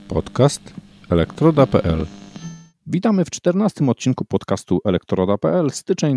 Podcast elektroda.pl. Witamy w 14. odcinku podcastu elektroda.pl, styczeń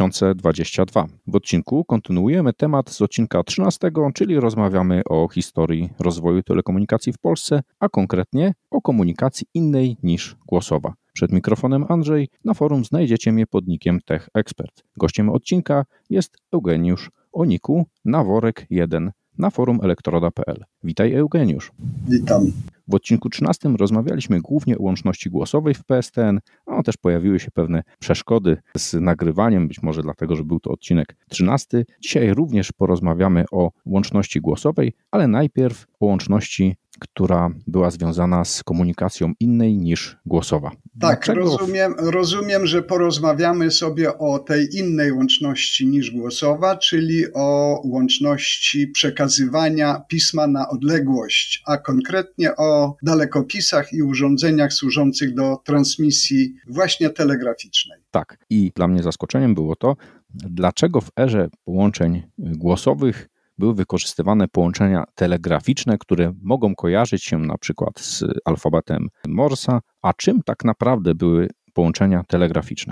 2022. W odcinku kontynuujemy temat z odcinka 13, czyli rozmawiamy o historii rozwoju telekomunikacji w Polsce, a konkretnie o komunikacji innej niż głosowa. Przed mikrofonem Andrzej, na forum znajdziecie mnie pod nickiem TechExpert. Gościem odcinka jest Eugeniusz o nicku Naworek1 na forum elektroda.pl. Witaj, Eugeniusz. Witam. W odcinku 13 rozmawialiśmy głównie o łączności głosowej w PSTN, a też pojawiły się pewne przeszkody z nagrywaniem, być może dlatego, że był to odcinek 13. Dzisiaj również porozmawiamy o łączności głosowej, ale najpierw o łączności, która była związana z komunikacją innej niż głosowa. Tak, rozumiem, że porozmawiamy sobie o tej innej łączności niż głosowa, czyli o łączności przekazywania pisma na odległość, a konkretnie o dalekopisach i urządzeniach służących do transmisji właśnie telegraficznej. Tak, i dla mnie zaskoczeniem było to, dlaczego w erze połączeń głosowych były wykorzystywane połączenia telegraficzne, które mogą kojarzyć się na przykład z alfabetem Morsa, a czym tak naprawdę były połączenia telegraficzne?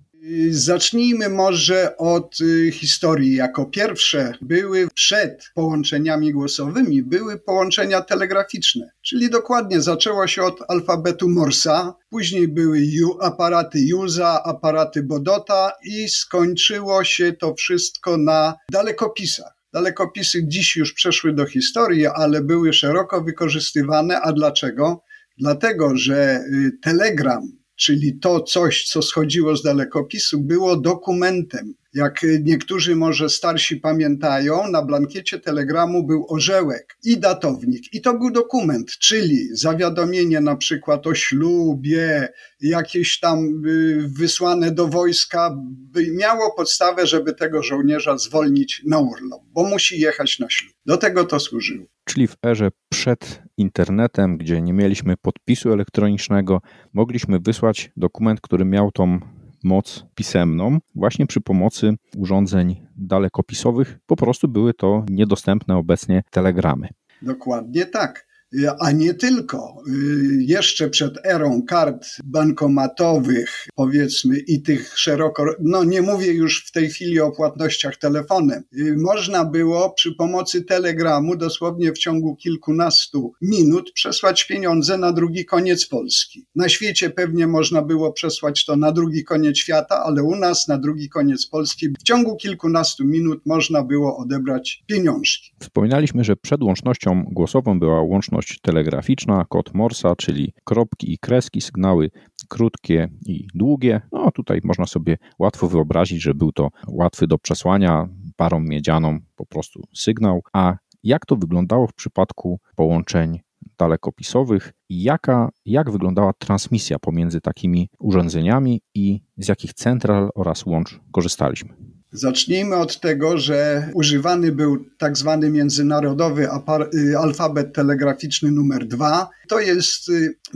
Zacznijmy może od historii. Jako pierwsze były przed połączeniami głosowymi, były połączenia telegraficzne. Czyli dokładnie zaczęło się od alfabetu Morsa, później były aparaty Use'a, aparaty Bodota i skończyło się to wszystko na dalekopisach. Dalekopisy dziś już przeszły do historii, ale były szeroko wykorzystywane. A dlaczego? Dlatego, że telegram, czyli to coś, co schodziło z dalekopisu, było dokumentem. Jak niektórzy może starsi pamiętają, na blankiecie telegramu był orzełek i datownik. I to był dokument, czyli zawiadomienie na przykład o ślubie, jakieś tam wysłane do wojska, miało podstawę, żeby tego żołnierza zwolnić na urlop, bo musi jechać na ślub. Do tego to służyło. Czyli w erze przed internetem, gdzie nie mieliśmy podpisu elektronicznego, mogliśmy wysłać dokument, który miał tą moc pisemną, właśnie przy pomocy urządzeń dalekopisowych. Po prostu były to niedostępne obecnie telegramy. Dokładnie tak. A nie tylko. Jeszcze przed erą kart bankomatowych, powiedzmy, i tych szeroko, nie mówię już w tej chwili o płatnościach telefonem, można było przy pomocy telegramu dosłownie w ciągu kilkunastu minut przesłać pieniądze na drugi koniec Polski. Na świecie pewnie można było przesłać to na drugi koniec świata, ale u nas na drugi koniec Polski w ciągu kilkunastu minut można było odebrać pieniążki. Wspominaliśmy, że przed łącznością głosową była łączność telegraficzna, kod Morsa, czyli kropki i kreski, sygnały krótkie i długie. Tutaj można sobie łatwo wyobrazić, że był to łatwy do przesłania parą miedzianą po prostu sygnał. A jak to wyglądało w przypadku połączeń dalekopisowych i jak wyglądała transmisja pomiędzy takimi urządzeniami i z jakich central oraz łącz korzystaliśmy? Zacznijmy od tego, że używany był tak zwany międzynarodowy alfabet telegraficzny numer 2. To jest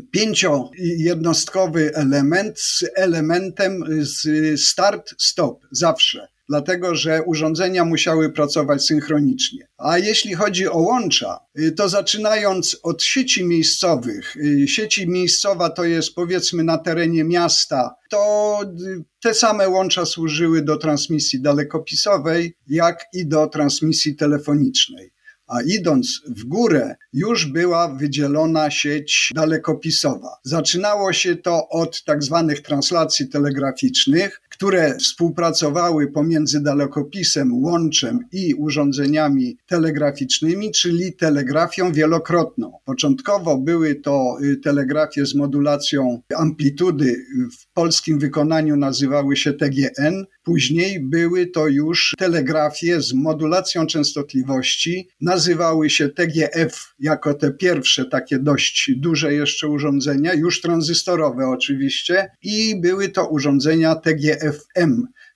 5-jednostkowy element z elementem start-stop zawsze. Dlatego, że urządzenia musiały pracować synchronicznie. A jeśli chodzi o łącza, to zaczynając od sieci miejscowych, sieci miejscowa to jest powiedzmy na terenie miasta, to te same łącza służyły do transmisji dalekopisowej, jak i do transmisji telefonicznej. A idąc w górę, już była wydzielona sieć dalekopisowa. Zaczynało się to od tak zwanych translacji telegraficznych, które współpracowały pomiędzy dalekopisem, łączem i urządzeniami telegraficznymi, czyli telegrafią wielokrotną. Początkowo były to telegrafie z modulacją amplitudy, w polskim wykonaniu nazywały się TGN, później były to już telegrafie z modulacją częstotliwości, nazywały się TGF jako te pierwsze takie dość duże jeszcze urządzenia, już tranzystorowe oczywiście, i były to urządzenia TGFM.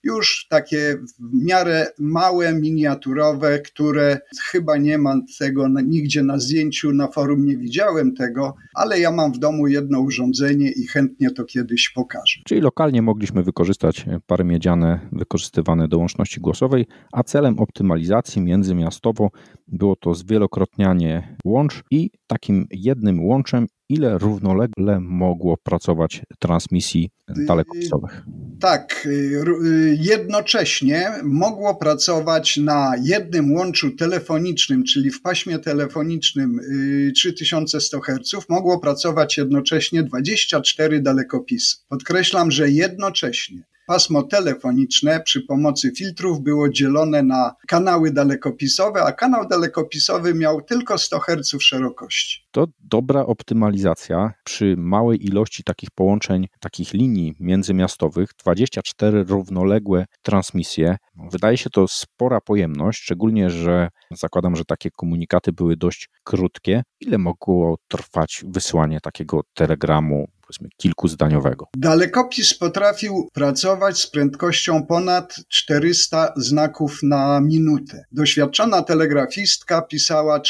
już takie w miarę małe, miniaturowe, które chyba nie ma tego nigdzie na zdjęciu, na forum nie widziałem tego, ale ja mam w domu jedno urządzenie i chętnie to kiedyś pokażę. Czyli lokalnie mogliśmy wykorzystać pary miedziane wykorzystywane do łączności głosowej, a celem optymalizacji międzymiastowo było to zwielokrotnianie łącz i takim jednym łączem, ile równolegle mogło pracować transmisji dalekopisowych. Tak, jednocześnie mogło pracować na jednym łączu telefonicznym, czyli w paśmie telefonicznym 3100 Hz, mogło pracować jednocześnie 24 dalekopisy. Podkreślam, że jednocześnie. Pasmo telefoniczne przy pomocy filtrów było dzielone na kanały dalekopisowe, a kanał dalekopisowy miał tylko 100 Hz szerokości. To dobra optymalizacja przy małej ilości takich połączeń, takich linii międzymiastowych, 24 równoległe transmisje. Wydaje się to spora pojemność, szczególnie, że zakładam, że takie komunikaty były dość krótkie. Ile mogło trwać wysłanie takiego telegramu, powiedzmy kilkuzdaniowego? Dalekopis potrafił pracować z prędkością ponad 400 znaków na minutę. Doświadczona telegrafistka pisała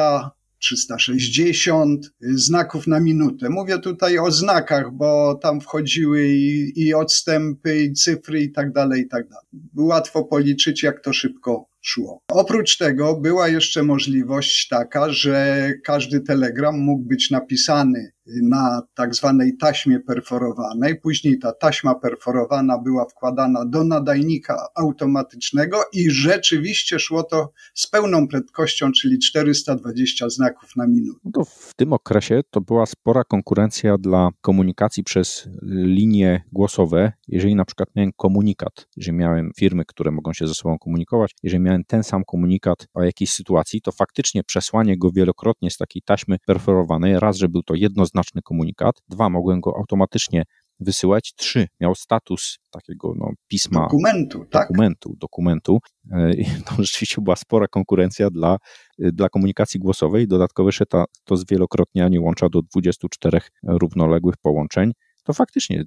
360 znaków na minutę. Mówię tutaj o znakach, bo tam wchodziły i odstępy, i cyfry i tak dalej, i tak dalej. Łatwo policzyć, jak to szybko szło. Oprócz tego była jeszcze możliwość taka, że każdy telegram mógł być napisany na tak zwanej taśmie perforowanej. Później ta taśma perforowana była wkładana do nadajnika automatycznego i rzeczywiście szło to z pełną prędkością, czyli 420 znaków na minutę. No to w tym okresie to była spora konkurencja dla komunikacji przez linie głosowe. Jeżeli na przykład miałem komunikat, jeżeli miałem firmy, które mogą się ze sobą komunikować, jeżeli miałem ten sam komunikat o jakiejś sytuacji, to faktycznie przesłanie go wielokrotnie z takiej taśmy perforowanej, raz, że był to jednoznaczny komunikat, dwa, mogłem go automatycznie wysyłać, trzy, miał status takiego pisma, dokumentu. To rzeczywiście była spora konkurencja dla komunikacji głosowej. Dodatkowo jeszcze to zwielokrotnianie łącza do 24 równoległych połączeń. To faktycznie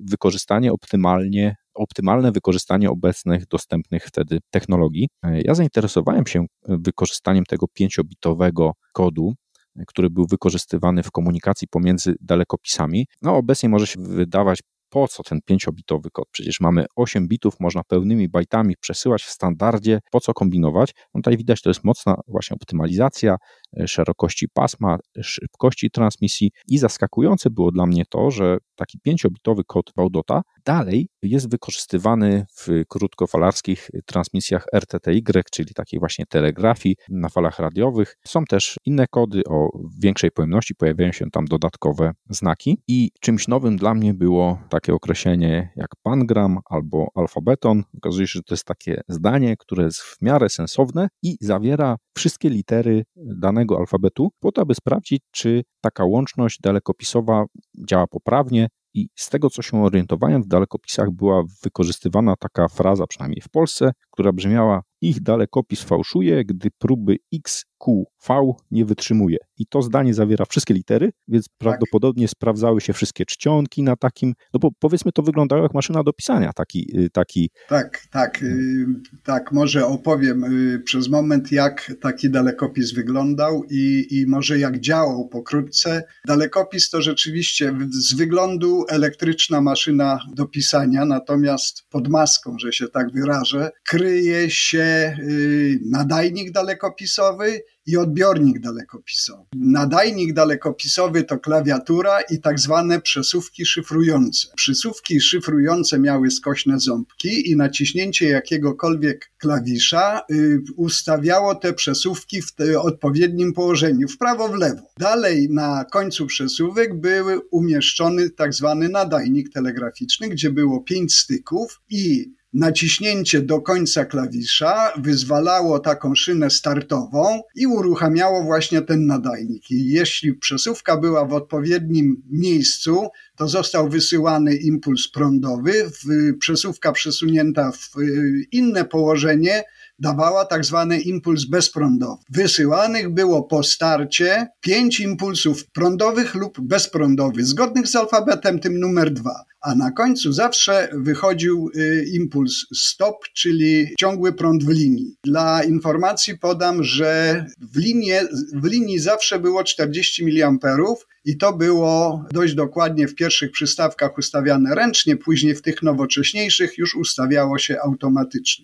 optymalne wykorzystanie obecnych, dostępnych wtedy technologii. Ja zainteresowałem się wykorzystaniem tego 5-bitowego kodu, który był wykorzystywany w komunikacji pomiędzy dalekopisami. Obecnie może się wydawać, po co ten 5-bitowy kod? Przecież mamy 8 bitów, można pełnymi bajtami przesyłać w standardzie, po co kombinować? Tutaj widać, to jest mocna właśnie optymalizacja szerokości pasma, szybkości transmisji i zaskakujące było dla mnie to, że taki 5-bitowy kod Baudota dalej jest wykorzystywany w krótkofalarskich transmisjach RTTY, czyli takiej właśnie telegrafii na falach radiowych. Są też inne kody o większej pojemności, pojawiają się tam dodatkowe znaki i czymś nowym dla mnie było takie określenie jak pangram albo alfabeton. Okazuje się, że to jest takie zdanie, które jest w miarę sensowne i zawiera wszystkie litery danego alfabetu, po to, aby sprawdzić, czy taka łączność dalekopisowa działa poprawnie. I z tego, co się orientowałem, w dalekopisach była wykorzystywana taka fraza, przynajmniej w Polsce, która brzmiała: ich dalekopis fałszuje, gdy próby XQV nie wytrzymuje. I to zdanie zawiera wszystkie litery, więc prawdopodobnie sprawdzały się wszystkie czcionki na takim, bo powiedzmy to wyglądało jak maszyna do pisania. Tak, może opowiem przez moment, jak taki dalekopis wyglądał i może jak działał pokrótce. Dalekopis to rzeczywiście z wyglądu elektryczna maszyna do pisania, natomiast pod maską, że się tak wyrażę, kryje się nadajnik dalekopisowy i odbiornik dalekopisowy. Nadajnik dalekopisowy to klawiatura i tak zwane przesuwki szyfrujące. Przesuwki szyfrujące miały skośne ząbki i naciśnięcie jakiegokolwiek klawisza ustawiało te przesuwki w odpowiednim położeniu, w prawo, w lewo. Dalej na końcu przesuwek był umieszczony tak zwany nadajnik telegraficzny, gdzie było 5 styków i naciśnięcie do końca klawisza wyzwalało taką szynę startową i uruchamiało właśnie ten nadajnik. I jeśli przesuwka była w odpowiednim miejscu, to został wysyłany impuls prądowy. Przesuwka przesunięta w inne położenie dawała tak zwany impuls bezprądowy. Wysyłanych było po starcie 5 impulsów prądowych lub bezprądowych, zgodnych z alfabetem tym numer 2. a na końcu zawsze wychodził impuls stop, czyli ciągły prąd w linii. Dla informacji podam, że w linii zawsze było 40 mA i to było dość dokładnie w pierwszych przystawkach ustawiane ręcznie, później w tych nowocześniejszych już ustawiało się automatycznie.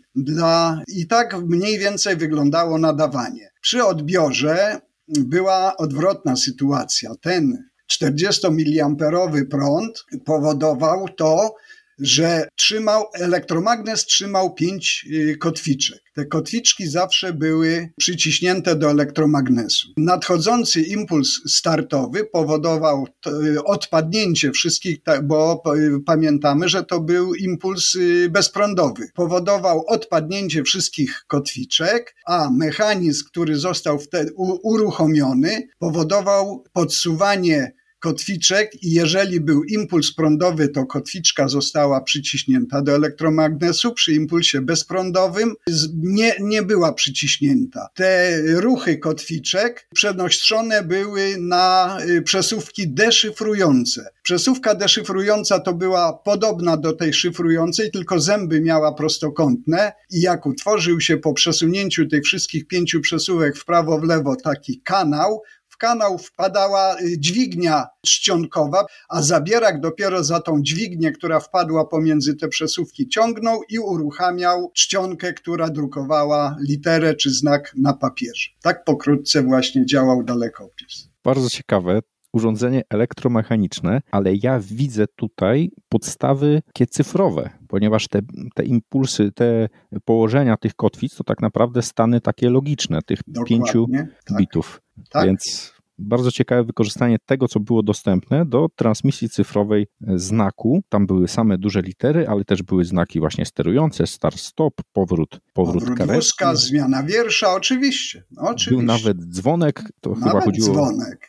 I tak mniej więcej wyglądało nadawanie. Przy odbiorze była odwrotna sytuacja. Ten 40 mA prąd powodował to, że elektromagnes trzymał 5 kotwiczek. Te kotwiczki zawsze były przyciśnięte do elektromagnesu. Nadchodzący impuls startowy powodował odpadnięcie wszystkich, bo pamiętamy, że to był impuls bezprądowy. Powodował odpadnięcie wszystkich kotwiczek, a mechanizm, który został wtedy uruchomiony, powodował podsuwanie kotwiczek i jeżeli był impuls prądowy, to kotwiczka została przyciśnięta do elektromagnesu. Przy impulsie bezprądowym nie była przyciśnięta. Te ruchy kotwiczek przenoszone były na przesuwki deszyfrujące. Przesuwka deszyfrująca to była podobna do tej szyfrującej, tylko zęby miała prostokątne i jak utworzył się po przesunięciu tych wszystkich 5 przesuwek w prawo, w lewo taki kanał, w kanał wpadała dźwignia czcionkowa, a zabierak dopiero za tą dźwignię, która wpadła pomiędzy te przesuwki, ciągnął i uruchamiał czcionkę, która drukowała literę czy znak na papierze. Tak pokrótce właśnie działał dalekopis. Bardzo ciekawe. Urządzenie elektromechaniczne, ale ja widzę tutaj podstawy takie cyfrowe, ponieważ te impulsy, te położenia tych kotwic to tak naprawdę stany takie logiczne, tych Dokładnie, 5 bitów. Tak. Więc bardzo ciekawe wykorzystanie tego, co było dostępne do transmisji cyfrowej znaku. Tam były same duże litery, ale też były znaki właśnie sterujące, start-stop, powrót karetki. Wózka, zmiana wiersza, oczywiście. Był nawet dzwonek, to chyba chodziło... dzwonek,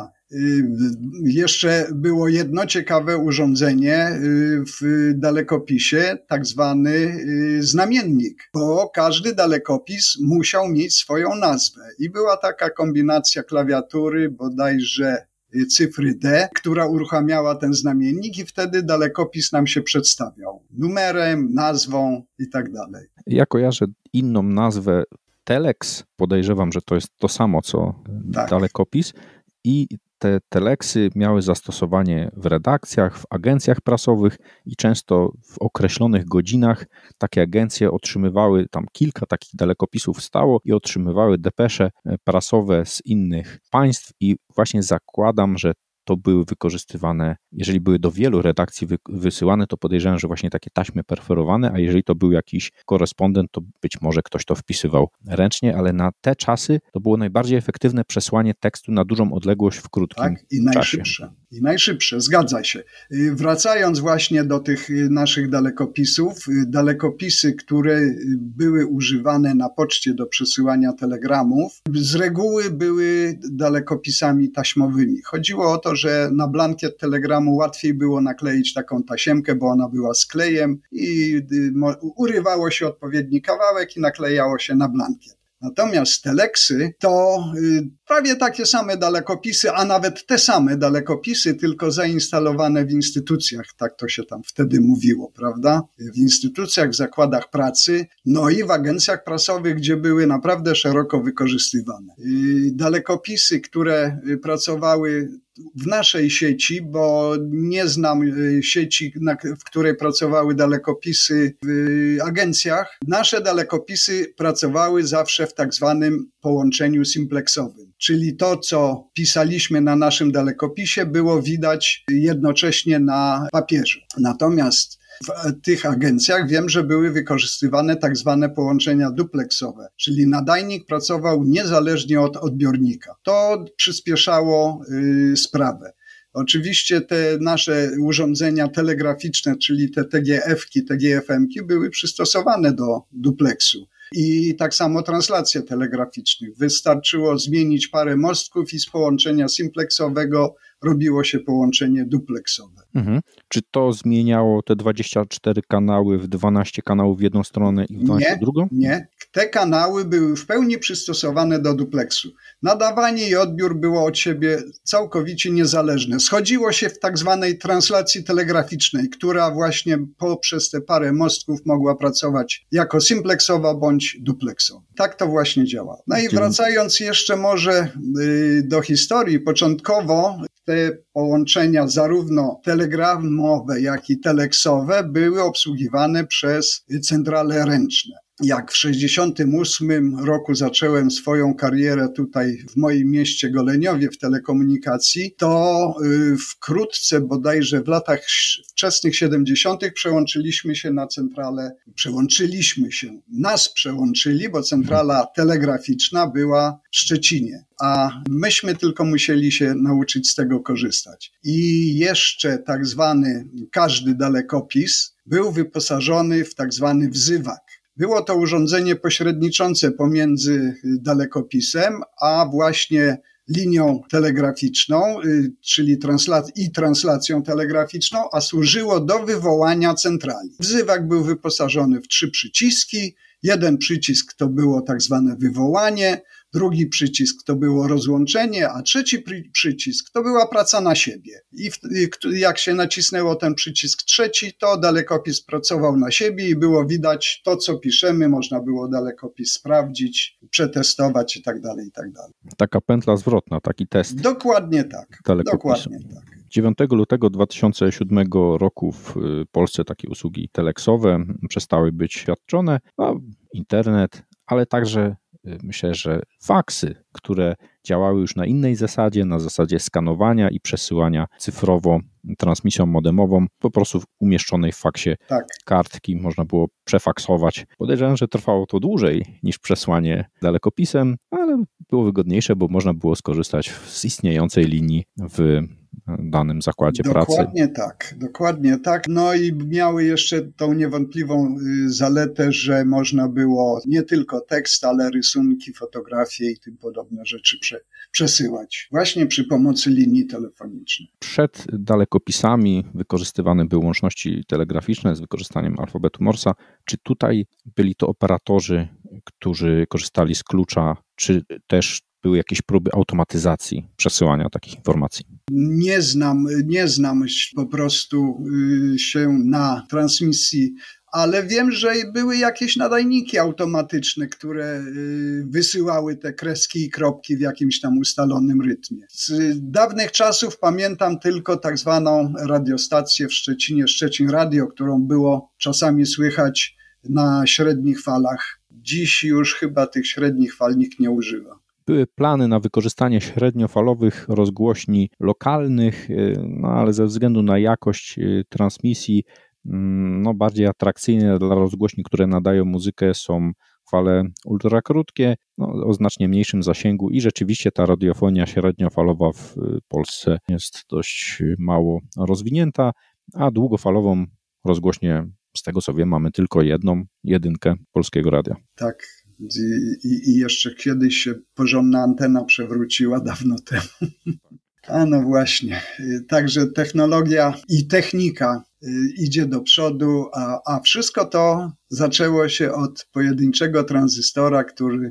Jeszcze było jedno ciekawe urządzenie w dalekopisie, tak zwany znamiennik, bo każdy dalekopis musiał mieć swoją nazwę i była taka kombinacja klawiatury, bodajże cyfry D, która uruchamiała ten znamiennik i wtedy dalekopis nam się przedstawiał numerem, nazwą i tak dalej. Ja kojarzę inną nazwę Telex, podejrzewam, że to jest to samo co dalekopis i te teleksy miały zastosowanie w redakcjach, w agencjach prasowych i często w określonych godzinach takie agencje otrzymywały, tam kilka takich dalekopisów stało i otrzymywały depesze prasowe z innych państw i właśnie zakładam, że to były wykorzystywane, jeżeli były do wielu redakcji wysyłane, to podejrzewam, że właśnie takie taśmy perforowane, a jeżeli to był jakiś korespondent, to być może ktoś to wpisywał ręcznie, ale na te czasy to było najbardziej efektywne przesłanie tekstu na dużą odległość w krótkim czasie. I najszybsze, zgadza się. Wracając właśnie do tych naszych dalekopisów, dalekopisy, które były używane na poczcie do przesyłania telegramów, z reguły były dalekopisami taśmowymi. Chodziło o to, że na blankiet telegramu łatwiej było nakleić taką tasiemkę, bo ona była z klejem i urywało się odpowiedni kawałek i naklejało się na blankiet. Natomiast teleksy to prawie takie same dalekopisy, a nawet te same dalekopisy, tylko zainstalowane w instytucjach, tak to się tam wtedy mówiło, prawda? W instytucjach, w zakładach pracy, no i w agencjach prasowych, gdzie były naprawdę szeroko wykorzystywane. Dalekopisy, które pracowały w naszej sieci, bo nie znam sieci, w której pracowały dalekopisy w agencjach. Nasze dalekopisy pracowały zawsze w tak zwanym połączeniu simplexowym, czyli to, co pisaliśmy na naszym dalekopisie, było widać jednocześnie na papierze. Natomiast w tych agencjach wiem, że były wykorzystywane tak zwane połączenia dupleksowe, czyli nadajnik pracował niezależnie od odbiornika. To przyspieszało sprawę. Oczywiście te nasze urządzenia telegraficzne, czyli te TGF-ki, TGFM-ki były przystosowane do dupleksu. I tak samo translacje telegraficznych. Wystarczyło zmienić parę mostków i z połączenia simplexowego robiło się połączenie dupleksowe. Czy to zmieniało te 24 kanały w 12 kanałów w jedną stronę i w 12 w drugą? Nie. Te kanały były w pełni przystosowane do dupleksu. Nadawanie i odbiór było od siebie całkowicie niezależne. Schodziło się w tak zwanej translacji telegraficznej, która właśnie poprzez te parę mostków mogła pracować jako simpleksowa bądź dupleksowa. Tak to właśnie działa. No i wracając jeszcze może do historii, początkowo te połączenia zarówno telegramowe, jak i teleksowe były obsługiwane przez centrale ręczne. Jak w 1968 roku zacząłem swoją karierę tutaj w moim mieście Goleniowie w telekomunikacji, to wkrótce, bodajże w latach wczesnych 70. Nas przełączyli, bo centrala telegraficzna była w Szczecinie, a myśmy tylko musieli się nauczyć z tego korzystać. I jeszcze tak zwany każdy dalekopis był wyposażony w tak zwany wzywak. Było to urządzenie pośredniczące pomiędzy dalekopisem, a właśnie linią telegraficzną, czyli translacją telegraficzną, a służyło do wywołania centrali. Wzywak był wyposażony w 3 przyciski. Jeden przycisk to było tak zwane wywołanie, drugi przycisk to było rozłączenie, a trzeci przycisk to była praca na siebie. I jak się nacisnęło ten przycisk trzeci, to dalekopis pracował na siebie i było widać to, co piszemy, można było dalekopis sprawdzić, przetestować i tak dalej, i tak dalej. Taka pętla zwrotna, taki test. Dokładnie tak. Dokładnie tak. 9 lutego 2007 roku w Polsce takie usługi teleksowe przestały być świadczone, a internet, ale także myślę, że faksy, które działały już na innej zasadzie, na zasadzie skanowania i przesyłania cyfrowo transmisją modemową, po prostu umieszczonej w faksie kartki można było przefaksować. Podejrzewam, że trwało to dłużej niż przesłanie dalekopisem, ale było wygodniejsze, bo można było skorzystać z istniejącej linii w danym zakładzie pracy. Dokładnie tak. No i miały jeszcze tą niewątpliwą zaletę, że można było nie tylko tekst, ale rysunki, fotografie i tym podobne rzeczy przesyłać właśnie przy pomocy linii telefonicznej. Przed dalekopisami wykorzystywane były łączności telegraficzne z wykorzystaniem alfabetu Morsa. Czy tutaj byli to operatorzy, którzy korzystali z klucza, czy też były jakieś próby automatyzacji przesyłania takich informacji? Nie znam po prostu się na transmisji, ale wiem, że były jakieś nadajniki automatyczne, które wysyłały te kreski i kropki w jakimś tam ustalonym rytmie. Z dawnych czasów pamiętam tylko tak zwaną radiostację w Szczecinie, Szczecin Radio, którą było czasami słychać na średnich falach. Dziś już chyba tych średnich fal nikt nie używa. Były plany na wykorzystanie średniofalowych rozgłośni lokalnych, ale ze względu na jakość transmisji bardziej atrakcyjne dla rozgłośni, które nadają muzykę, są fale ultrakrótkie, o znacznie mniejszym zasięgu i rzeczywiście ta radiofonia średniofalowa w Polsce jest dość mało rozwinięta, a długofalową rozgłośnię, z tego co wiem, mamy tylko jedynkę Polskiego Radia. Tak. I jeszcze kiedyś się porządna antena przewróciła dawno temu. A no właśnie, także technologia i technika idzie do przodu, a wszystko to zaczęło się od pojedynczego tranzystora, który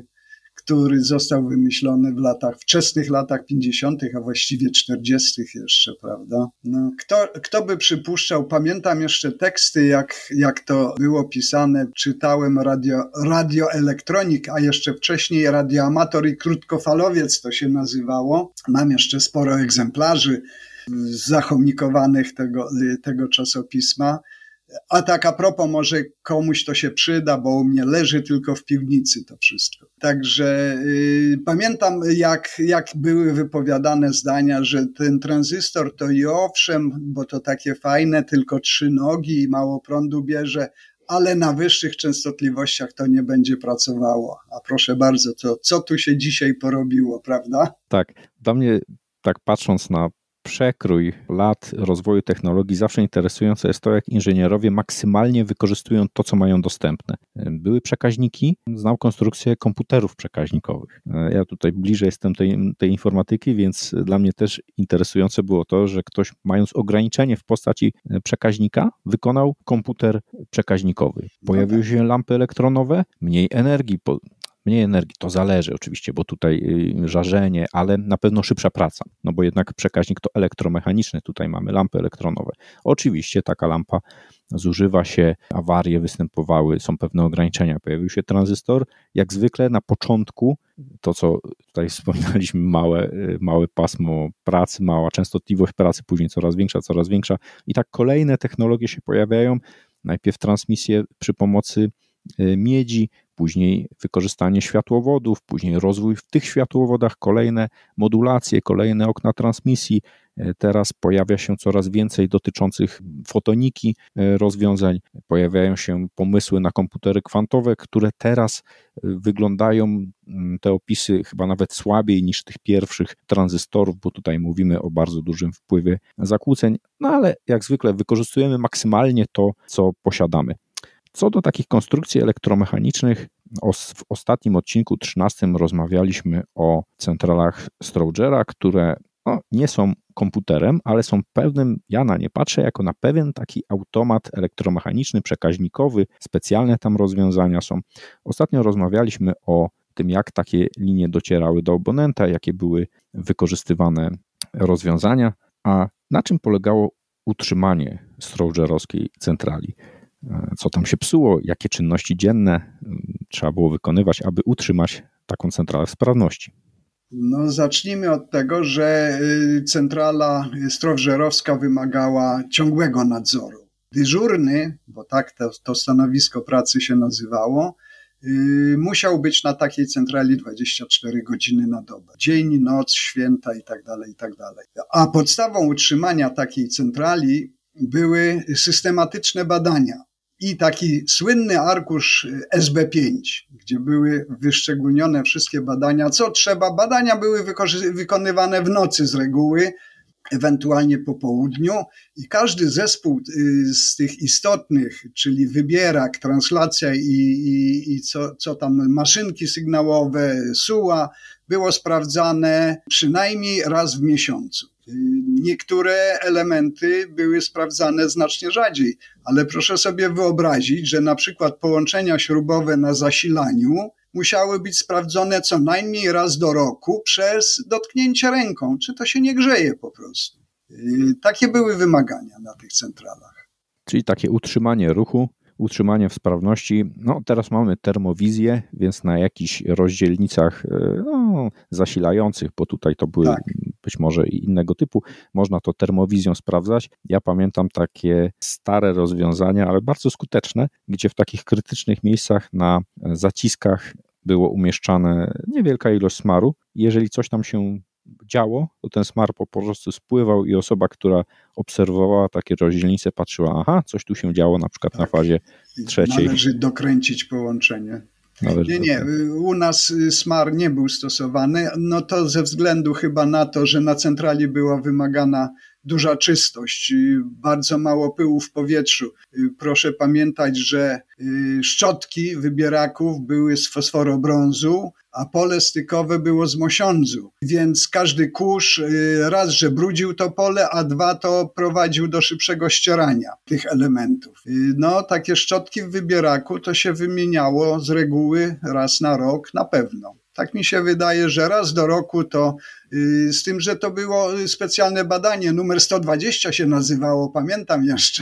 został wymyślony w wczesnych latach 50., a właściwie 40. jeszcze, prawda? No, kto by przypuszczał, pamiętam jeszcze teksty, jak to było pisane, czytałem radioelektronik, a jeszcze wcześniej radioamator i krótkofalowiec to się nazywało. Mam jeszcze sporo egzemplarzy zachomikowanych tego czasopisma. A tak a propos, może komuś to się przyda, bo u mnie leży tylko w piwnicy to wszystko. Także pamiętam, jak były wypowiadane zdania, że ten tranzystor to i owszem, bo to takie fajne, tylko 3 nogi i mało prądu bierze, ale na wyższych częstotliwościach to nie będzie pracowało. A proszę bardzo, co tu się dzisiaj porobiło, prawda? Tak, dla mnie, tak patrząc na przekrój lat rozwoju technologii zawsze interesujące jest to, jak inżynierowie maksymalnie wykorzystują to, co mają dostępne. Były przekaźniki, znał konstrukcję komputerów przekaźnikowych. Ja tutaj bliżej jestem tej informatyki, więc dla mnie też interesujące było to, że ktoś, mając ograniczenie w postaci przekaźnika, wykonał komputer przekaźnikowy. Pojawiły się lampy elektronowe, mniej energii, to zależy oczywiście, bo tutaj żarzenie, ale na pewno szybsza praca, no bo jednak przekaźnik to elektromechaniczny, tutaj mamy lampy elektronowe. Oczywiście taka lampa zużywa się, awarie występowały, są pewne ograniczenia, pojawił się tranzystor, jak zwykle na początku, to co tutaj wspominaliśmy, małe pasmo pracy, mała częstotliwość pracy, później coraz większa i tak kolejne technologie się pojawiają, najpierw transmisje przy pomocy miedzi, później wykorzystanie światłowodów, później rozwój w tych światłowodach, kolejne modulacje, kolejne okna transmisji. Teraz pojawia się coraz więcej dotyczących fotoniki rozwiązań. Pojawiają się pomysły na komputery kwantowe, które teraz wyglądają, te opisy chyba nawet słabiej niż tych pierwszych tranzystorów, bo tutaj mówimy o bardzo dużym wpływie zakłóceń, no ale jak zwykle wykorzystujemy maksymalnie to, co posiadamy. Co do takich konstrukcji elektromechanicznych, w ostatnim odcinku 13 rozmawialiśmy o centralach Strowgera, które nie są komputerem, ale są pewnym, ja na nie patrzę jako na pewien taki automat elektromechaniczny, przekaźnikowy, specjalne tam rozwiązania są. Ostatnio rozmawialiśmy o tym, jak takie linie docierały do abonenta, jakie były wykorzystywane rozwiązania, a na czym polegało utrzymanie strowgerowskiej centrali. Co tam się psuło, jakie czynności dzienne trzeba było wykonywać, aby utrzymać taką centralę w sprawności. No, zacznijmy od tego, że centrala strowgerowska wymagała ciągłego nadzoru. Dyżurny, bo tak to stanowisko pracy się nazywało, musiał być na takiej centrali 24 godziny na dobę. Dzień, noc, święta i tak dalej. A podstawą utrzymania takiej centrali były systematyczne badania. I taki słynny arkusz SB5, gdzie były wyszczególnione wszystkie badania, co trzeba. Badania były wykonywane w nocy z reguły, ewentualnie po południu i każdy zespół z tych istotnych, czyli wybierak, translacja i co tam, maszynki sygnałowe, SUA, było sprawdzane przynajmniej raz w miesiącu. Niektóre elementy były sprawdzane znacznie rzadziej, ale proszę sobie wyobrazić, że na przykład połączenia śrubowe na zasilaniu musiały być sprawdzone co najmniej raz do roku przez dotknięcie ręką, czy to się nie grzeje po prostu. Takie były wymagania na tych centralach. Czyli takie utrzymanie ruchu, utrzymanie w sprawności. No teraz mamy termowizję, więc na jakichś rozdzielnicach zasilających, bo tutaj to były być może i innego typu, można to termowizją sprawdzać. Ja pamiętam takie stare rozwiązania, ale bardzo skuteczne, gdzie w takich krytycznych miejscach na zaciskach było umieszczane niewielka ilość smaru. Jeżeli coś tam się działo, to ten smar po prostu spływał i osoba, która obserwowała takie rozdzielnice, patrzyła, aha, coś tu się działo, na przykład na fazie trzeciej. Należy dokręcić połączenie. Nie, u nas smar nie był stosowany, no to ze względu chyba na to, że na centrali była wymagana duża czystość, bardzo mało pyłu w powietrzu. Proszę pamiętać, że szczotki wybieraków były z fosforobrązu, a pole stykowe było z mosiądzu, więc każdy kurz raz, że brudził to pole, a dwa to prowadził do szybszego ścierania tych elementów. No, takie szczotki w wybieraku to się wymieniało z reguły raz na rok na pewno. Tak mi się wydaje, że raz do roku to, z tym, że to było specjalne badanie, numer 120 się nazywało, pamiętam jeszcze,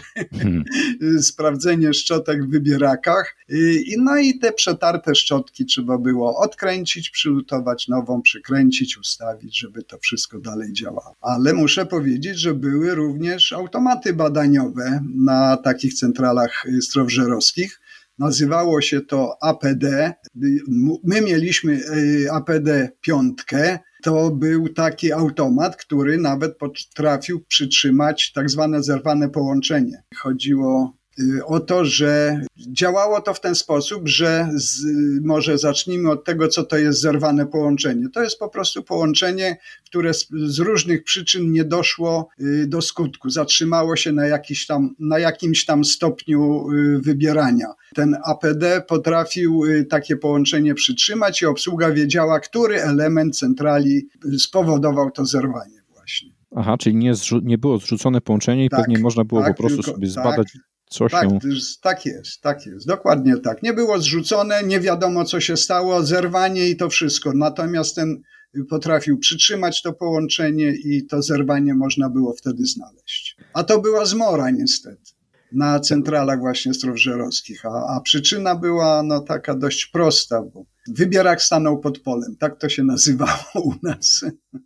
sprawdzenie szczotek w wybierakach. No i te przetarte szczotki trzeba było odkręcić, przylutować nową, przykręcić, ustawić, żeby to wszystko dalej działało. Ale muszę powiedzieć, że były również automaty badaniowe na takich centralach strowgerowskich. Nazywało się to APD. My mieliśmy APD 5. To był taki automat, który nawet potrafił przytrzymać tak zwane zerwane połączenie. Chodziło o to, że działało to w ten sposób, że może zacznijmy od tego, co to jest zerwane połączenie. To jest po prostu połączenie, które z różnych przyczyn nie doszło do skutku. Zatrzymało się na jakimś tam stopniu wybierania. Ten APD potrafił takie połączenie przytrzymać i obsługa wiedziała, który element centrali spowodował to zerwanie właśnie. Aha, czyli nie było zrzucone połączenie i pewnie można było po prostu sobie zbadać, co się... Tak jest, dokładnie tak. Nie było zrzucone, nie wiadomo co się stało, zerwanie i to wszystko. Natomiast ten potrafił przytrzymać to połączenie i to zerwanie można było wtedy znaleźć. A to była zmora niestety na centralach właśnie strowżerowskich, a przyczyna była taka dość prosta, bo wybierak stanął pod polem, tak to się nazywało u nas.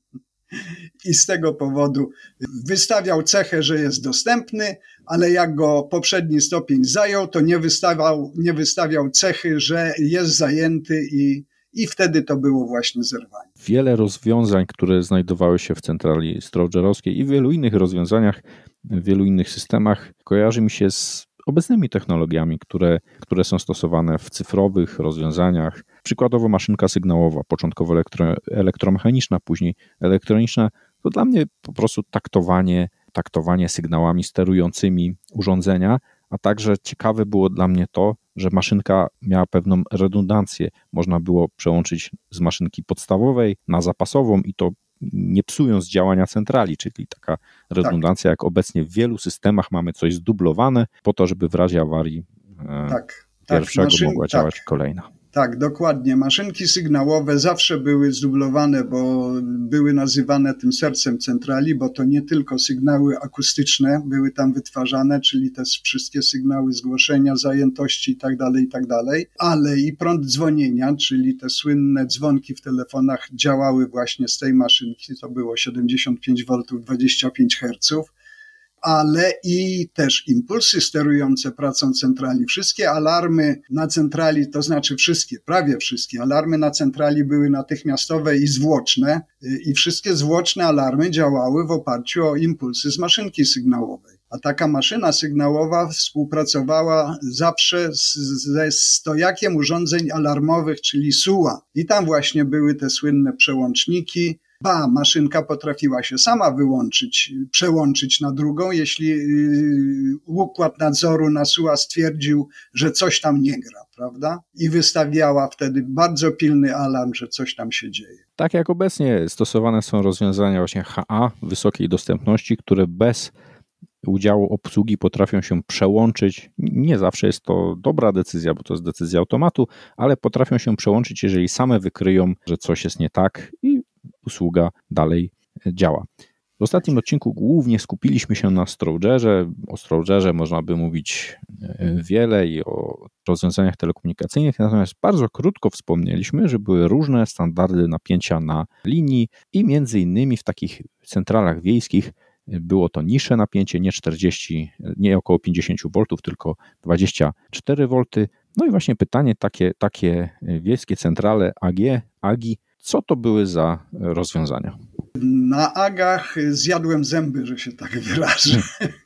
I z tego powodu wystawiał cechę, że jest dostępny, ale jak go poprzedni stopień zajął, to nie wystawiał cechy, że jest zajęty i wtedy to było właśnie zerwanie. Wiele rozwiązań, które znajdowały się w centrali strowżerowskiej i w wielu innych rozwiązaniach, w wielu innych systemach kojarzy mi się z obecnymi technologiami, które są stosowane w cyfrowych rozwiązaniach. Przykładowo maszynka sygnałowa, początkowo elektromechaniczna, później elektroniczna. To dla mnie po prostu taktowanie sygnałami sterującymi urządzenia, a także ciekawe było dla mnie to, że maszynka miała pewną redundancję. Można było przełączyć z maszynki podstawowej na zapasową i to nie psując działania centrali, czyli taka redundancja, jak obecnie w wielu systemach mamy coś zdublowane po to, żeby w razie awarii pierwszego mogła działać kolejna. Tak, dokładnie. Maszynki sygnałowe zawsze były zdublowane, bo były nazywane tym sercem centrali, bo to nie tylko sygnały akustyczne były tam wytwarzane, czyli te wszystkie sygnały zgłoszenia, zajętości itd., ale i prąd dzwonienia, czyli te słynne dzwonki w telefonach działały właśnie z tej maszynki, to było 75 V, 25 Hz. Ale i też impulsy sterujące pracą centrali. Wszystkie alarmy na centrali, to znaczy prawie wszystkie alarmy na centrali były natychmiastowe i zwłoczne i wszystkie zwłoczne alarmy działały w oparciu o impulsy z maszynki sygnałowej. A taka maszyna sygnałowa współpracowała zawsze ze stojakiem urządzeń alarmowych, czyli SUA. I tam właśnie były te słynne przełączniki. Maszynka potrafiła się sama przełączyć na drugą, jeśli układ nadzoru na SUA stwierdził, że coś tam nie gra, prawda? I wystawiała wtedy bardzo pilny alarm, że coś tam się dzieje. Tak jak obecnie stosowane są rozwiązania właśnie HA wysokiej dostępności, które bez udziału obsługi potrafią się przełączyć. Nie zawsze jest to dobra decyzja, bo to jest decyzja automatu, ale potrafią się przełączyć, jeżeli same wykryją, że coś jest nie tak i usługa dalej działa. W ostatnim odcinku głównie skupiliśmy się na Strowgerze. O Strowgerze można by mówić wiele i o rozwiązaniach telekomunikacyjnych, natomiast bardzo krótko wspomnieliśmy, że były różne standardy napięcia na linii i między innymi w takich centralach wiejskich było to niższe napięcie, nie około 50 V, tylko 24 V. No i właśnie pytanie takie wiejskie centrale AGI, co to były za rozwiązania? Na AGach zjadłem zęby, że się tak wyrażę.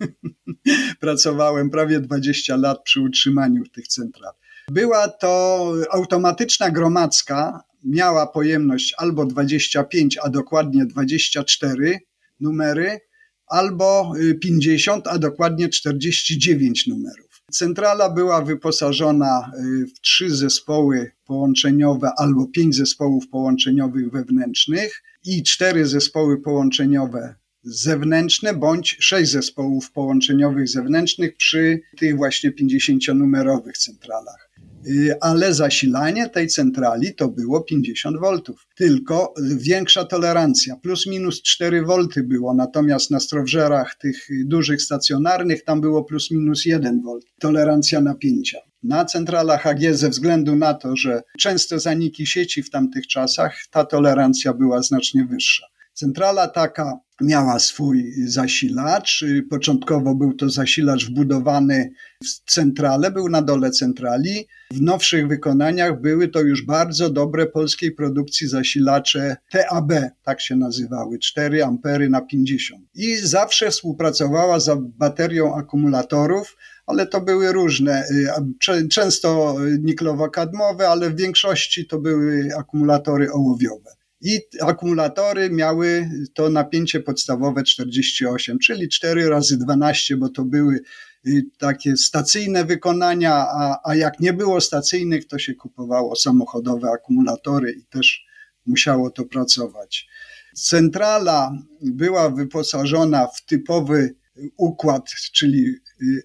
Pracowałem prawie 20 lat przy utrzymaniu tych central. Była to automatyczna gromadzka, miała pojemność albo 25, a dokładnie 24 numery, albo 50, a dokładnie 49 numerów. Centrala była wyposażona w 3 zespoły połączeniowe albo 5 zespołów połączeniowych wewnętrznych i 4 zespoły połączeniowe zewnętrzne bądź 6 zespołów połączeniowych zewnętrznych przy tych właśnie 50-numerowych centralach. Ale zasilanie tej centrali to było 50 V, tylko większa tolerancja, plus minus 4 V było, natomiast na Strowgerach tych dużych stacjonarnych tam było plus minus 1 V, tolerancja napięcia. Na centralach AG ze względu na to, że częste zaniki sieci w tamtych czasach, ta tolerancja była znacznie wyższa. Centrala taka miała swój zasilacz. Początkowo był to zasilacz wbudowany w centrale, był na dole centrali. W nowszych wykonaniach były to już bardzo dobre polskiej produkcji zasilacze TAB, tak się nazywały, 4 ampery na 50. I zawsze współpracowała z baterią akumulatorów, ale to były różne, często niklowo-kadmowe, ale w większości to były akumulatory ołowiowe. I akumulatory miały to napięcie podstawowe 48, czyli 4 razy 12, bo to były takie stacyjne wykonania, a jak nie było stacyjnych, to się kupowało samochodowe akumulatory i też musiało to pracować. Centrala była wyposażona w typowy układ, czyli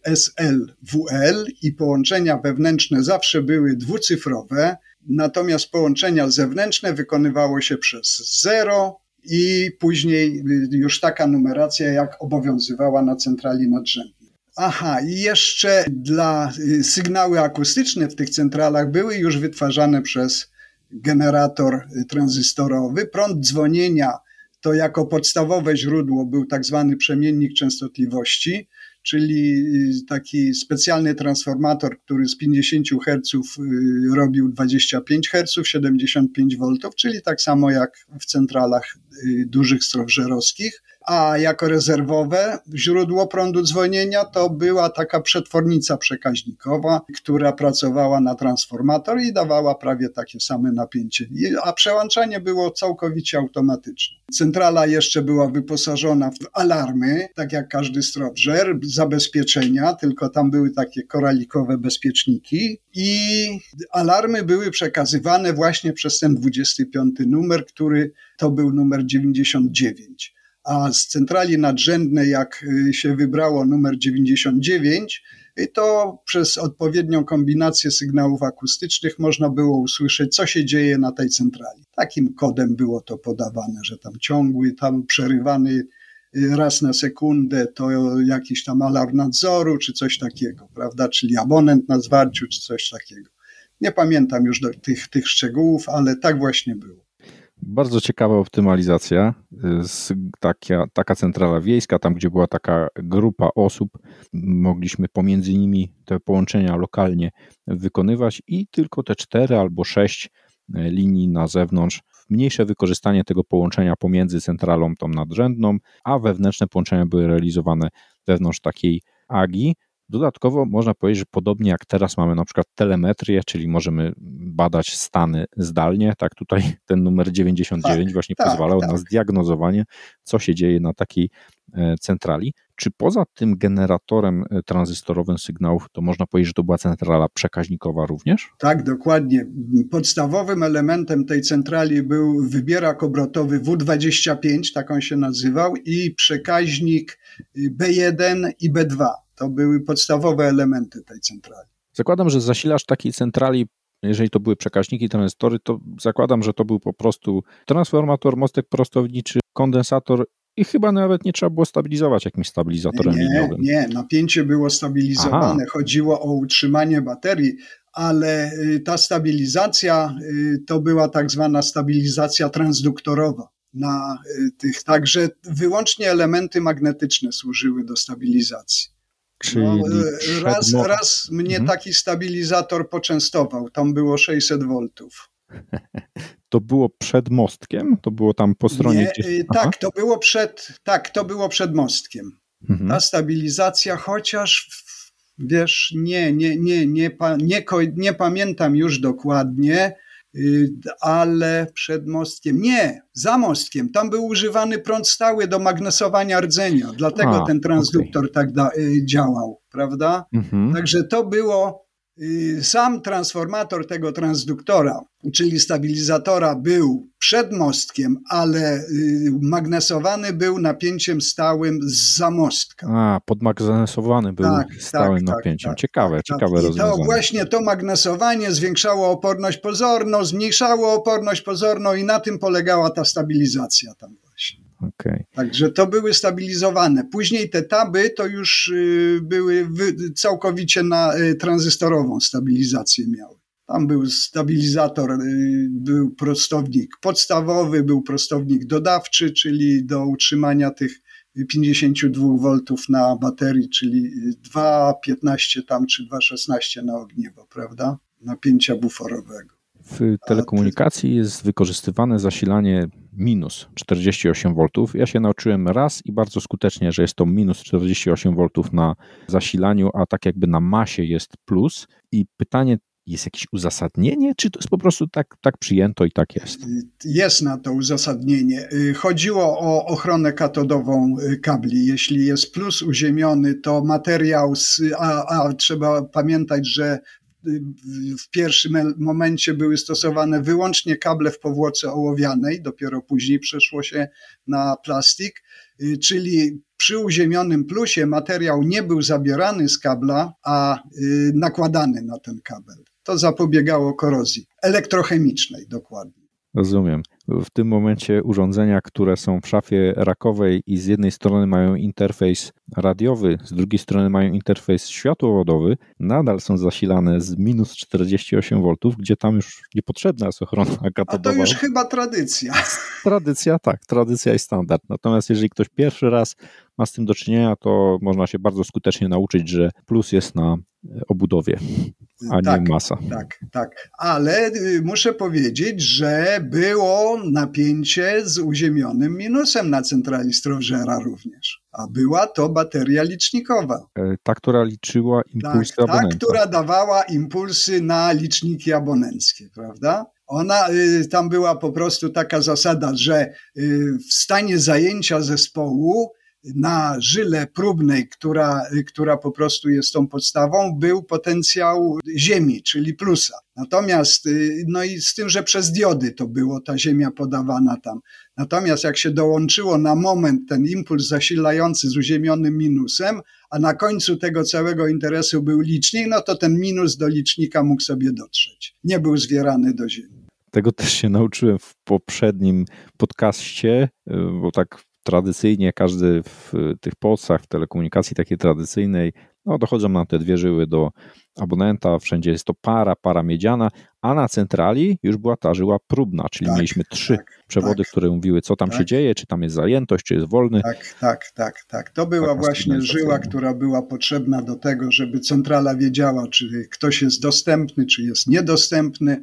SL-WL i połączenia wewnętrzne zawsze były dwucyfrowe, natomiast połączenia zewnętrzne wykonywało się przez 0 i później już taka numeracja, jak obowiązywała na centrali nadrzędnej. Aha, i jeszcze dla sygnały akustyczne w tych centralach były już wytwarzane przez generator tranzystorowy. Prąd dzwonienia to jako podstawowe źródło był tak zwany przemiennik częstotliwości, czyli taki specjalny transformator, który z 50 Hz robił 25 Hz, 75 V, czyli tak samo jak w centralach dużych strowżerowskich. A jako rezerwowe źródło prądu dzwonienia to była taka przetwornica przekaźnikowa, która pracowała na transformator i dawała prawie takie same napięcie. A przełączanie było całkowicie automatyczne. Centrala jeszcze była wyposażona w alarmy, tak jak każdy strowżer, zabezpieczenia, tylko tam były takie koralikowe bezpieczniki i alarmy były przekazywane właśnie przez ten 25 numer, który to był numer 99. A z centrali nadrzędnej, jak się wybrało numer 99, to przez odpowiednią kombinację sygnałów akustycznych można było usłyszeć, co się dzieje na tej centrali. Takim kodem było to podawane, że tam ciągły, tam przerywany raz na sekundę, to jakiś tam alarm nadzoru, czy coś takiego, prawda, czyli abonent na zwarciu, czy coś takiego. Nie pamiętam już tych szczegółów, ale tak właśnie było. Bardzo ciekawa optymalizacja, taka centrala wiejska, tam gdzie była taka grupa osób, mogliśmy pomiędzy nimi te połączenia lokalnie wykonywać i tylko te 4 albo 6 linii na zewnątrz, mniejsze wykorzystanie tego połączenia pomiędzy centralą tą nadrzędną, a wewnętrzne połączenia były realizowane wewnątrz takiej AGI. Dodatkowo można powiedzieć, że podobnie jak teraz mamy na przykład telemetrię, czyli możemy badać stany zdalnie, tak tutaj ten numer 99 właśnie pozwalał na zdiagnozowanie, co się dzieje na takiej centrali. Czy poza tym generatorem tranzystorowym sygnałów, to można powiedzieć, że to była centrala przekaźnikowa również? Tak, dokładnie. Podstawowym elementem tej centrali był wybierak obrotowy W25, tak on się nazywał, i przekaźnik B1 i B2. To były podstawowe elementy tej centrali. Zakładam, że zasilacz takiej centrali, jeżeli to były przekaźniki, tranzystory, to zakładam, że to był po prostu transformator, mostek prostowniczy, kondensator i chyba nawet nie trzeba było stabilizować jakimś stabilizatorem liniowym. Nie, napięcie było stabilizowane. Chodziło o utrzymanie baterii, ale ta stabilizacja to była tak zwana stabilizacja transduktorowa. Także wyłącznie elementy magnetyczne służyły do stabilizacji. Czyli raz mnie taki stabilizator poczęstował, tam było 600 V. To było przed mostkiem? To było tam po stronie gdzieś? To było przed mostkiem. Ta stabilizacja, chociaż wiesz, nie pamiętam już dokładnie, ale przed mostkiem, nie, za mostkiem, tam był używany prąd stały do magnesowania rdzenia, dlatego ten transduktor tak działał, prawda? Także to było, sam transformator tego transduktora, czyli stabilizatora, był przed mostkiem, ale magnesowany był napięciem stałym zza mostka. Podmagnesowany był stałym napięciem. Ciekawe rozwiązanie. I to właśnie to magnesowanie zwiększało oporność pozorną, zmniejszało oporność pozorną i na tym polegała ta stabilizacja tam właśnie. Okay. Także to były stabilizowane. Później te taby to już były całkowicie na tranzystorową stabilizację miały. Tam był stabilizator, był prostownik podstawowy, był prostownik dodawczy, czyli do utrzymania tych 52 V na baterii, czyli 2,15 tam czy 2,16 na ogniwo, prawda? Napięcia buforowego. W telekomunikacji jest wykorzystywane zasilanie minus 48 V. Ja się nauczyłem raz i bardzo skutecznie, że jest to minus 48 V na zasilaniu, a tak jakby na masie jest plus. I pytanie, jest jakieś uzasadnienie, czy to jest po prostu tak przyjęto i tak jest? Jest na to uzasadnienie. Chodziło o ochronę katodową kabli. Jeśli jest plus uziemiony, to materiał, a trzeba pamiętać, że w pierwszym momencie były stosowane wyłącznie kable w powłoce ołowianej, dopiero później przeszło się na plastik, czyli przy uziemionym plusie materiał nie był zabierany z kabla, a nakładany na ten kabel. To zapobiegało korozji elektrochemicznej dokładnie. Rozumiem. W tym momencie urządzenia, które są w szafie rakowej i z jednej strony mają interfejs radiowy, z drugiej strony mają interfejs światłowodowy, nadal są zasilane z minus 48 V, gdzie tam już niepotrzebna jest ochrona katodowa. A to już chyba tradycja. Tradycja, tak, tradycja i standard. Natomiast jeżeli ktoś pierwszy raz ma z tym do czynienia, to można się bardzo skutecznie nauczyć, że plus jest na obudowie, a nie masa. Tak. Ale muszę powiedzieć, że było napięcie z uziemionym minusem na centrali Strowgera również. A była to bateria licznikowa. Ta, która liczyła impulsy abonenta. Ta, która dawała impulsy na liczniki abonenckie, prawda? Tam była po prostu taka zasada, że w stanie zajęcia zespołu na żyle próbnej, która po prostu jest tą podstawą, był potencjał ziemi, czyli plusa. Natomiast, no i z tym, że przez diody to było, ta ziemia podawana tam. Natomiast jak się dołączyło na moment ten impuls zasilający z uziemionym minusem, a na końcu tego całego interesu był licznik, no to ten minus do licznika mógł sobie dotrzeć. Nie był zwierany do ziemi. Tego też się nauczyłem w poprzednim podcaście, bo tak tradycyjnie każdy w tych Polsach, w telekomunikacji takiej tradycyjnej, dochodzą nam te dwie żyły do abonenta, wszędzie jest to para miedziana, a na centrali już była ta żyła próbna, czyli mieliśmy trzy przewody, które mówiły, co tam się dzieje, czy tam jest zajętość, czy jest wolny. Tak. To była właśnie żyła, która była potrzebna do tego, żeby centrala wiedziała, czy ktoś jest dostępny, czy jest niedostępny,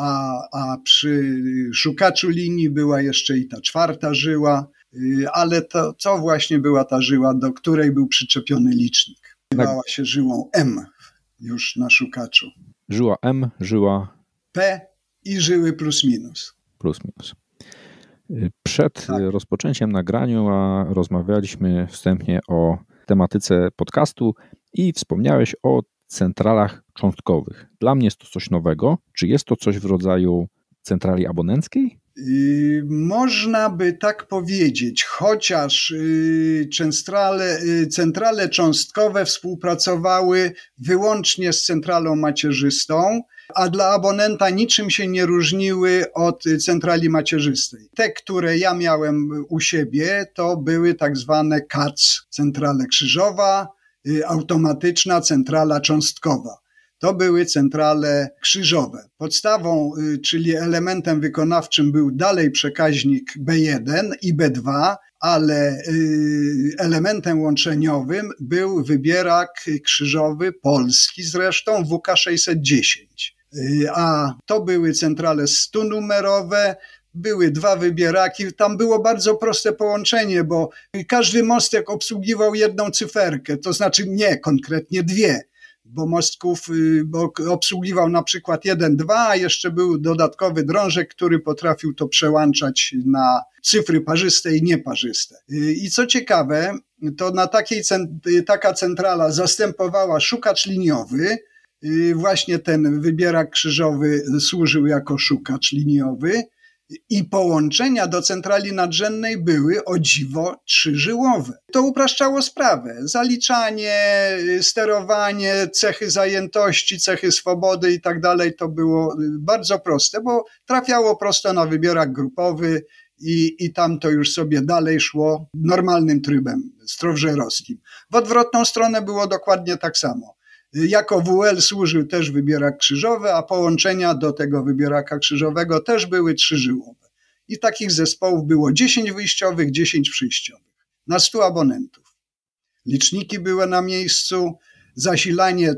a przy szukaczu linii była jeszcze i ta czwarta żyła, ale to właśnie była ta żyła, do której był przyczepiony licznik. Nazywała się żyłą M już na szukaczu. Żyła M, żyła P i żyły plus minus. Przed rozpoczęciem nagrania rozmawialiśmy wstępnie o tematyce podcastu i wspomniałeś o centralach cząstkowych. Dla mnie jest to coś nowego. Czy jest to coś w rodzaju centrali abonenckiej? Można by tak powiedzieć, chociaż centrale cząstkowe współpracowały wyłącznie z centralą macierzystą, a dla abonenta niczym się nie różniły od centrali macierzystej. Te, które ja miałem u siebie, to były tak zwane CAC, centrala krzyżowa, automatyczna centrala cząstkowa. To były centrale krzyżowe. Podstawą, czyli elementem wykonawczym był dalej przekaźnik B1 i B2, ale elementem łączeniowym był wybierak krzyżowy, polski zresztą, WK610. A to były centrale 100-numerowe, były dwa wybieraki, tam było bardzo proste połączenie, bo każdy mostek obsługiwał jedną cyferkę, to znaczy nie, konkretnie dwie, bo mostków obsługiwał na przykład 1, 2, a jeszcze był dodatkowy drążek, który potrafił to przełączać na cyfry parzyste i nieparzyste. I co ciekawe, to na taka centrala zastępowała szukacz liniowy, właśnie ten wybierak krzyżowy służył jako szukacz liniowy, i połączenia do centrali nadrzędnej były, o dziwo, trzyżyłowe. To upraszczało sprawę. Zaliczanie, sterowanie, cechy zajętości, cechy swobody i tak dalej, to było bardzo proste, bo trafiało prosto na wybierak grupowy i tam to już sobie dalej szło normalnym trybem strowgerowskim. W odwrotną stronę było dokładnie tak samo. Jako WL służył też wybierak krzyżowy, a połączenia do tego wybieraka krzyżowego też były 3-żyłowe. I takich zespołów było 10 wyjściowych, 10 przyjściowych na 100 abonentów. Liczniki były na miejscu, zasilanie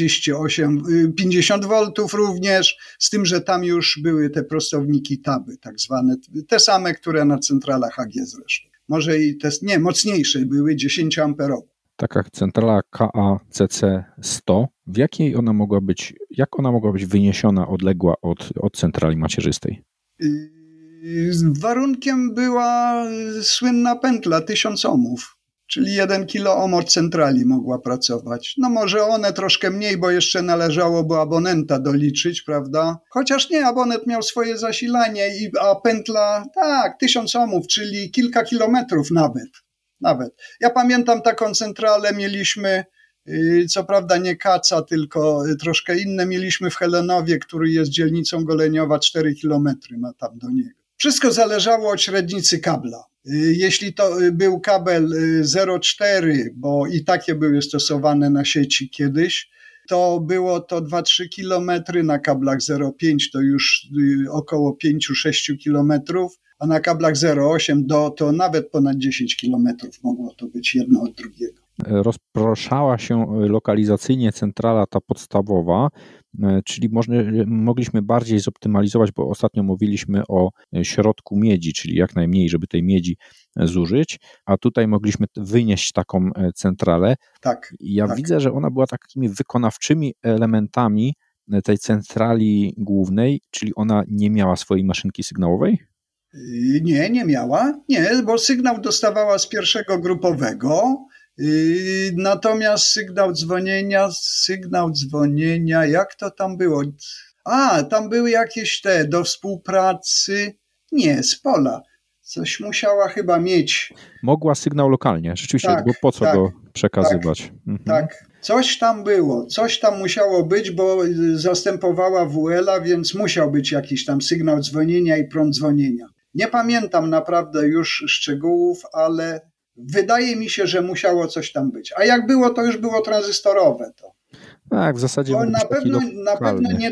50 V również, z tym, że tam już były te prostowniki taby, tak zwane, te same, które na centralach AG zresztą. Może i te, mocniejsze były, 10 amperowe. Taka centrala KACC 100, jak ona mogła być wyniesiona, odległa od centrali macierzystej? Warunkiem była słynna pętla 1000 ohmów, czyli 1 kOhm od centrali mogła pracować. No może one troszkę mniej, bo jeszcze należałoby abonenta doliczyć, prawda? Chociaż nie, abonent miał swoje zasilanie, a pętla, tak, 1000 ohmów, czyli kilka kilometrów nawet. Ja pamiętam taką centralę mieliśmy, co prawda nie Kaca, tylko troszkę inne mieliśmy w Helenowie, który jest dzielnicą Goleniowa, 4 kilometry ma tam do niego. Wszystko zależało od średnicy kabla. Jeśli to był kabel 0,4, bo i takie były stosowane na sieci kiedyś, to było to 2-3 kilometry, na kablach 0,5 to już około 5-6 kilometrów, a na kablach 0,8 to nawet ponad 10 kilometrów mogło to być jedno od drugiego. Rozproszała się lokalizacyjnie centrala ta podstawowa, czyli mogliśmy bardziej zoptymalizować, bo ostatnio mówiliśmy o środku miedzi, czyli jak najmniej, żeby tej miedzi zużyć, a tutaj mogliśmy wynieść taką centralę. Tak. Tak. Widzę, że ona była takimi wykonawczymi elementami tej centrali głównej, czyli ona nie miała swojej maszynki sygnałowej? Nie miała. Nie, bo sygnał dostawała z pierwszego grupowego. Natomiast sygnał dzwonienia, jak to tam było? Tam były jakieś do współpracy, nie, z pola. Coś musiała chyba mieć. Mogła sygnał lokalnie, rzeczywiście, tak, bo po co go przekazywać? Tak, coś tam było, coś tam musiało być, bo zastępowała WL-a, więc musiał być jakiś tam sygnał dzwonienia i prąd dzwonienia. Nie pamiętam naprawdę już szczegółów, ale wydaje mi się, że musiało coś tam być. A jak było, to już było tranzystorowe. Tak, w zasadzie bo na pewno nie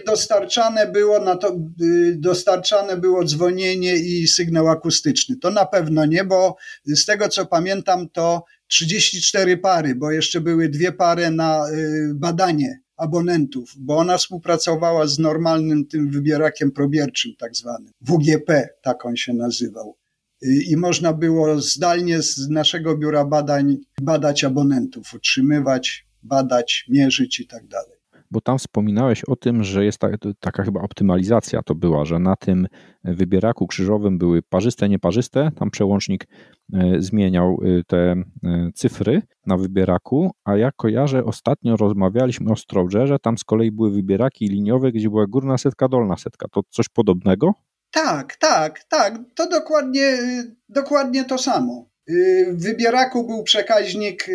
dostarczane było dzwonienie i sygnał akustyczny. To na pewno nie, bo z tego co pamiętam to 34 pary, bo jeszcze były 2 pary na badanie abonentów, bo ona współpracowała z normalnym tym wybierakiem probierczym tak zwanym. WGP, tak on się nazywał. I można było zdalnie z naszego biura badań badać abonentów, utrzymywać, badać, mierzyć i tak dalej. Bo tam wspominałeś o tym, że jest taka chyba optymalizacja to była, że na tym wybieraku krzyżowym były parzyste, nieparzyste, tam przełącznik zmieniał te cyfry na wybieraku, a ja kojarzę, ostatnio rozmawialiśmy o Strogerze, tam z kolei były wybieraki liniowe, gdzie była górna setka, dolna setka. To coś podobnego? Tak. To dokładnie to samo. W wybieraku był przekaźnik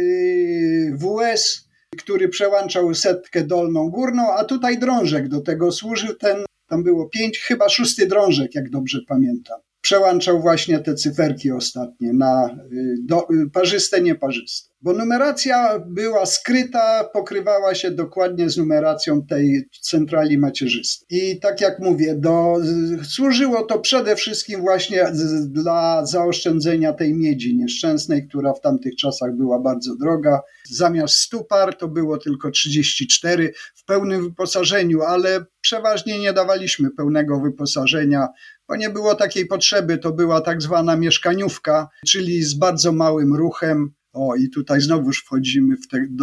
WS, który przełączał setkę dolną, górną, a tutaj drążek do tego służył. Tam było 5, chyba 6 drążek, jak dobrze pamiętam. Przełączał właśnie te cyferki ostatnie na parzyste, nieparzyste. Bo numeracja była skryta, pokrywała się dokładnie z numeracją tej centrali macierzystej. I tak jak mówię, służyło to przede wszystkim właśnie dla zaoszczędzenia tej miedzi nieszczęsnej, która w tamtych czasach była bardzo droga. Zamiast 100 par to było tylko 34 w pełnym wyposażeniu, ale przeważnie nie dawaliśmy pełnego wyposażenia, bo nie było takiej potrzeby. To była tak zwana mieszkaniówka, czyli z bardzo małym ruchem. I tutaj znowuż wchodzimy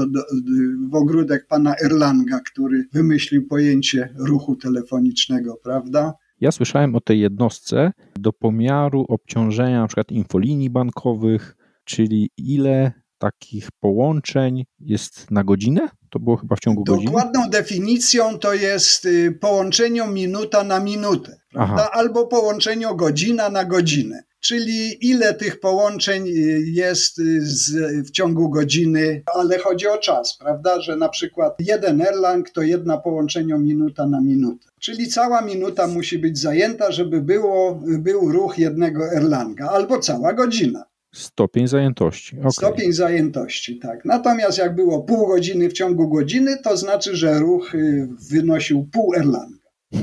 w ogródek pana Erlanga, który wymyślił pojęcie ruchu telefonicznego, prawda? Ja słyszałem o tej jednostce do pomiaru obciążenia na przykład infolinii bankowych, czyli ile takich połączeń jest na godzinę? To było chyba w ciągu godziny? Dokładną definicją to jest połączeniu minuta na minutę, prawda? Albo połączeniu godzina na godzinę. Czyli ile tych połączeń jest w ciągu godziny, ale chodzi o czas, prawda, że na przykład jeden Erlang to jedna połączeniu minuta na minutę. Czyli cała minuta musi być zajęta, żeby był ruch jednego Erlanga, albo cała godzina. Stopień zajętości. Okay. Stopień zajętości, tak. Natomiast jak było pół godziny w ciągu godziny, to znaczy, że ruch wynosił pół Erlanga.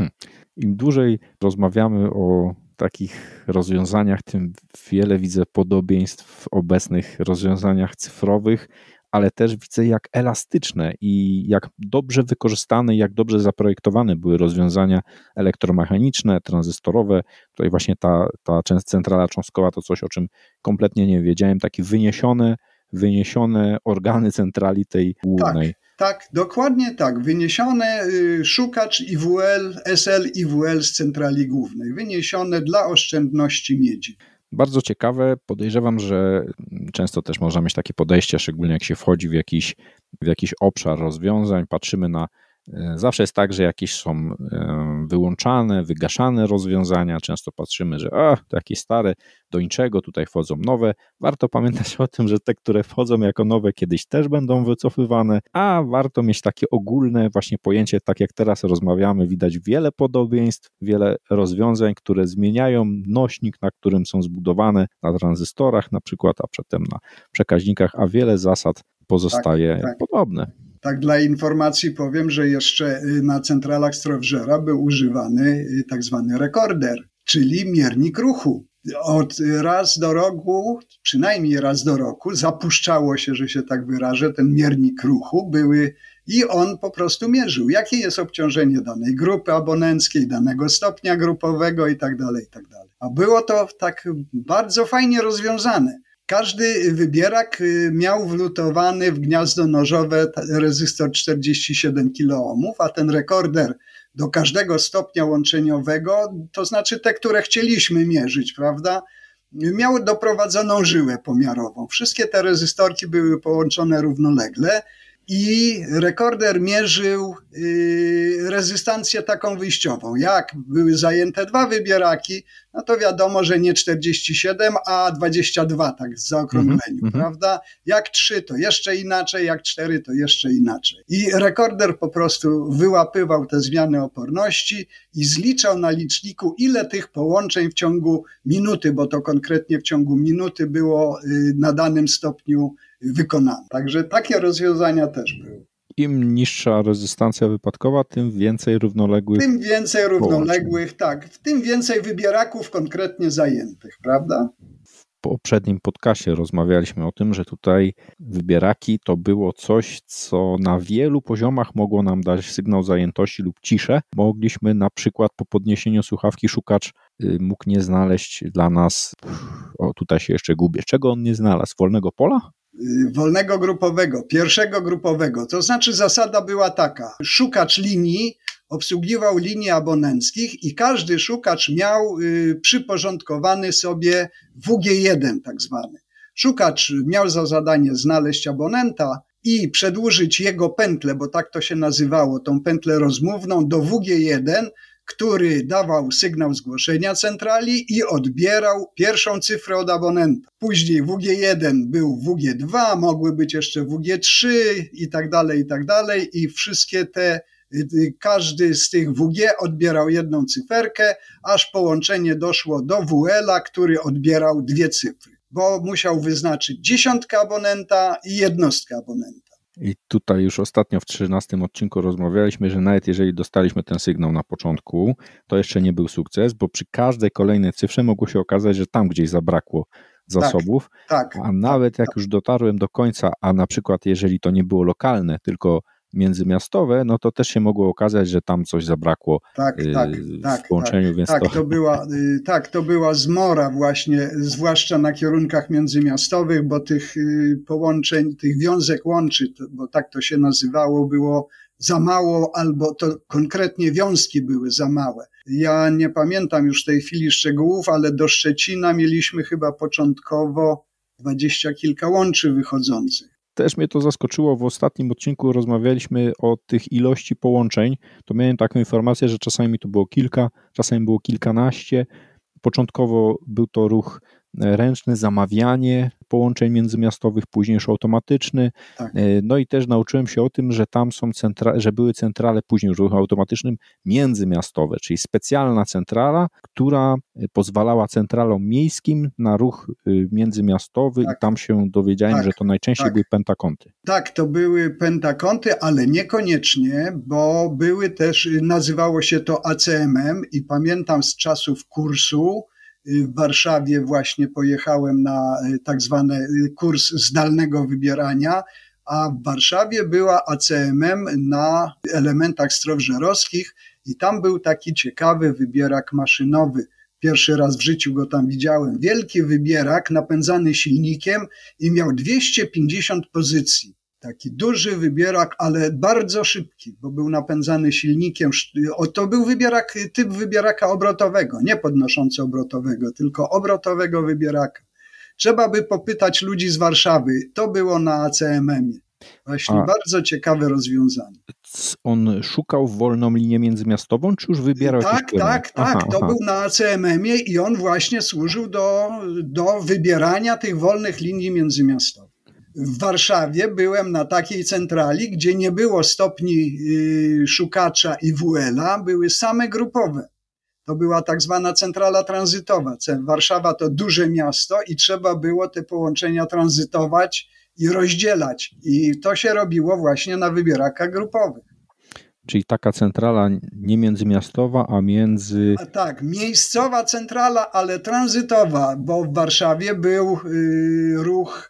Im dłużej rozmawiamy o takich rozwiązaniach, tym wiele widzę podobieństw w obecnych rozwiązaniach cyfrowych, ale też widzę, jak elastyczne i jak dobrze wykorzystane, jak dobrze zaprojektowane były rozwiązania elektromechaniczne, tranzystorowe. Tutaj właśnie ta centrala cząstkowa to coś, o czym kompletnie nie wiedziałem, takie wyniesione organy centrali tej głównej. Tak, dokładnie tak. Wyniesione szukacz IWL, SL IWL z centrali głównej. Wyniesione dla oszczędności miedzi. Bardzo ciekawe. Podejrzewam, że często też można mieć takie podejście, szczególnie jak się wchodzi w jakiś obszar rozwiązań, patrzymy na. Zawsze jest tak, że jakieś są wyłączane, wygaszane rozwiązania. Często patrzymy, że to jakieś stare, do niczego, tutaj wchodzą nowe. Warto pamiętać o tym, że te, które wchodzą jako nowe, kiedyś też będą wycofywane, a warto mieć takie ogólne właśnie pojęcie, tak jak teraz rozmawiamy, widać wiele podobieństw, wiele rozwiązań, które zmieniają nośnik, na którym są zbudowane, na tranzystorach na przykład, a przedtem na przekaźnikach, a wiele zasad pozostaje podobne. Tak, dla informacji powiem, że jeszcze na centralach Strowgera był używany tak zwany rekorder, czyli miernik ruchu. Raz do roku, przynajmniej raz do roku, zapuszczało się, że się tak wyrażę, ten miernik ruchu i on po prostu mierzył, jakie jest obciążenie danej grupy abonenckiej, danego stopnia grupowego i tak dalej, i tak dalej. A było to tak bardzo fajnie rozwiązane. Każdy wybierak miał wlutowany w gniazdo nożowe rezystor 47 kOhm, a ten rekorder do każdego stopnia łączeniowego, to znaczy te, które chcieliśmy mierzyć, prawda, miał doprowadzoną żyłę pomiarową. Wszystkie te rezystorki były połączone równolegle i rekorder mierzył rezystancję taką wyjściową. Jak były zajęte dwa wybieraki, no to wiadomo, że nie 47, a 22, tak w zaokrągleniu, prawda? Jak 3 to jeszcze inaczej, jak 4 to jeszcze inaczej. I rekorder po prostu wyłapywał te zmiany oporności i zliczał na liczniku, ile tych połączeń w ciągu minuty, bo to konkretnie w ciągu minuty było na danym stopniu wykonane. Także takie rozwiązania też były. Im niższa rezystancja wypadkowa, tym więcej równoległych. Tym więcej równoległych, tak. Tym więcej wybieraków konkretnie zajętych, prawda? W poprzednim podcastie rozmawialiśmy o tym, że tutaj wybieraki to było coś, co na wielu poziomach mogło nam dać sygnał zajętości lub ciszę. Mogliśmy na przykład po podniesieniu słuchawki szukacz mógł nie znaleźć dla nas, tutaj się jeszcze gubię, czego on nie znalazł? Wolnego pola? Wolnego grupowego, pierwszego grupowego. To znaczy zasada była taka. Szukacz linii obsługiwał linie abonenckich i każdy szukacz miał przyporządkowany sobie WG1 tak zwany. Szukacz miał za zadanie znaleźć abonenta i przedłużyć jego pętlę, bo tak to się nazywało, tą pętlę rozmówną do WG1, który dawał sygnał zgłoszenia centrali i odbierał pierwszą cyfrę od abonenta. Później WG1 był WG2, mogły być jeszcze WG3 i tak dalej i wszystkie każdy z tych WG odbierał jedną cyferkę, aż połączenie doszło do WL-a, który odbierał dwie cyfry, bo musiał wyznaczyć dziesiątkę abonenta i jednostkę abonenta. I tutaj już ostatnio w 13 odcinku rozmawialiśmy, że nawet jeżeli dostaliśmy ten sygnał na początku, to jeszcze nie był sukces, bo przy każdej kolejnej cyfrze mogło się okazać, że tam gdzieś zabrakło zasobów, a nawet jak już dotarłem do końca, a na przykład jeżeli to nie było lokalne, tylko międzymiastowe, no to też się mogło okazać, że tam coś zabrakło w połączeniu. Więc to była zmora właśnie, zwłaszcza na kierunkach międzymiastowych, bo tych połączeń, tych wiązek łączy, bo tak to się nazywało, było za mało, albo to konkretnie wiązki były za małe. Ja nie pamiętam już w tej chwili szczegółów, ale do Szczecina mieliśmy chyba początkowo 20 kilka łączy wychodzących. Też mnie to zaskoczyło. W ostatnim odcinku rozmawialiśmy o tych ilości połączeń. To miałem taką informację, że czasami to było kilka, czasami było kilkanaście. Początkowo był to ruch ręczny, zamawianie połączeń międzymiastowych, później już automatyczny. Tak. No i też nauczyłem się o tym, że tam są że były centrale później w ruchu automatycznym międzymiastowe, czyli specjalna centrala, która pozwalała centralom miejskim na ruch międzymiastowy i tam się dowiedziałem, że to najczęściej były pentakonty. Tak, to były pentakonty, ale niekoniecznie, bo były też, nazywało się to ACMM i pamiętam z czasów kursu w Warszawie właśnie pojechałem na tak zwany kurs zdalnego wybierania, a w Warszawie była ACMM na elementach strowżerowskich i tam był taki ciekawy wybierak maszynowy. Pierwszy raz w życiu go tam widziałem. Wielki wybierak napędzany silnikiem i miał 250 pozycji. Taki duży wybierak, ale bardzo szybki, bo był napędzany silnikiem. To był typ wybieraka obrotowego, nie podnosząco-obrotowego, tylko obrotowego wybieraka. Trzeba by popytać ludzi z Warszawy. To było na ACMM-ie. Właśnie bardzo ciekawe rozwiązanie. On szukał wolną linię międzymiastową, czy już wybierał jakiś kierunek? Tak. To był na ACMM-ie i on właśnie służył do wybierania tych wolnych linii międzymiastowych. W Warszawie byłem na takiej centrali, gdzie nie było stopni szukacza i WL-a, były same grupowe. To była tak zwana centrala tranzytowa. Warszawa to duże miasto i trzeba było te połączenia tranzytować i rozdzielać. I to się robiło właśnie na wybierakach grupowych. Czyli taka centrala nie międzymiastowa, a Tak, miejscowa centrala, ale tranzytowa, bo w Warszawie był ruch,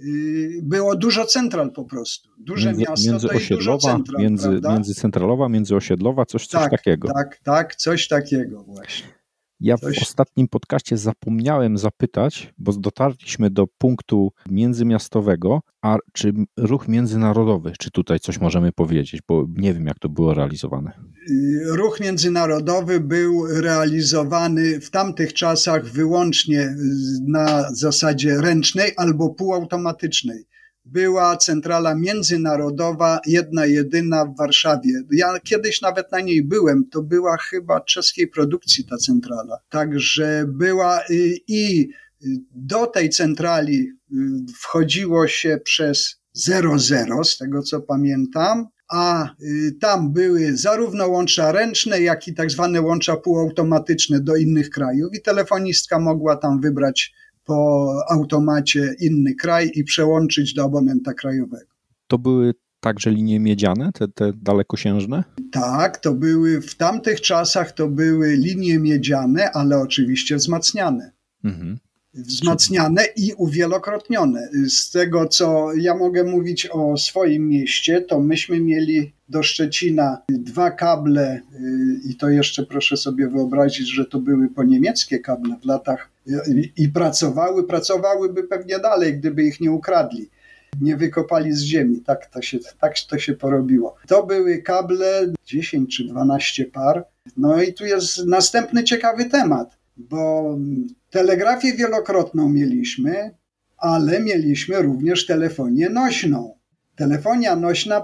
było dużo central po prostu. Duże miasto to i dużo central. Międzycentralowa, międzyosiedlowa, coś takiego. Tak, coś takiego właśnie. Ja w ostatnim podcaście zapomniałem zapytać, bo dotarliśmy do punktu międzymiastowego, a czy ruch międzynarodowy, czy tutaj coś możemy powiedzieć, bo nie wiem, jak to było realizowane. Ruch międzynarodowy był realizowany w tamtych czasach wyłącznie na zasadzie ręcznej albo półautomatycznej. Była centrala międzynarodowa, jedna, jedyna w Warszawie. Ja kiedyś nawet na niej byłem, to była chyba czeskiej produkcji ta centrala. Także była i do tej centrali wchodziło się przez 00, z tego co pamiętam, a tam były zarówno łącza ręczne, jak i tak zwane łącza półautomatyczne do innych krajów i telefonistka mogła tam wybrać po automacie inny kraj i przełączyć do abonenta krajowego. To były także linie miedziane, te dalekosiężne? Tak, to były w tamtych czasach to były linie miedziane, ale oczywiście wzmacniane. Mhm. Wzmacniane i uwielokrotnione. Z tego, co ja mogę mówić o swoim mieście, to myśmy mieli do Szczecina 2 kable i to jeszcze proszę sobie wyobrazić, że to były po niemieckie kable w latach i pracowałyby pewnie dalej, gdyby ich nie ukradli, nie wykopali z ziemi. Tak to się porobiło. To były kable 10 czy 12 par. No i tu jest następny ciekawy temat, bo telegrafię wielokrotną mieliśmy, ale mieliśmy również telefonię nośną. Telefonia nośna,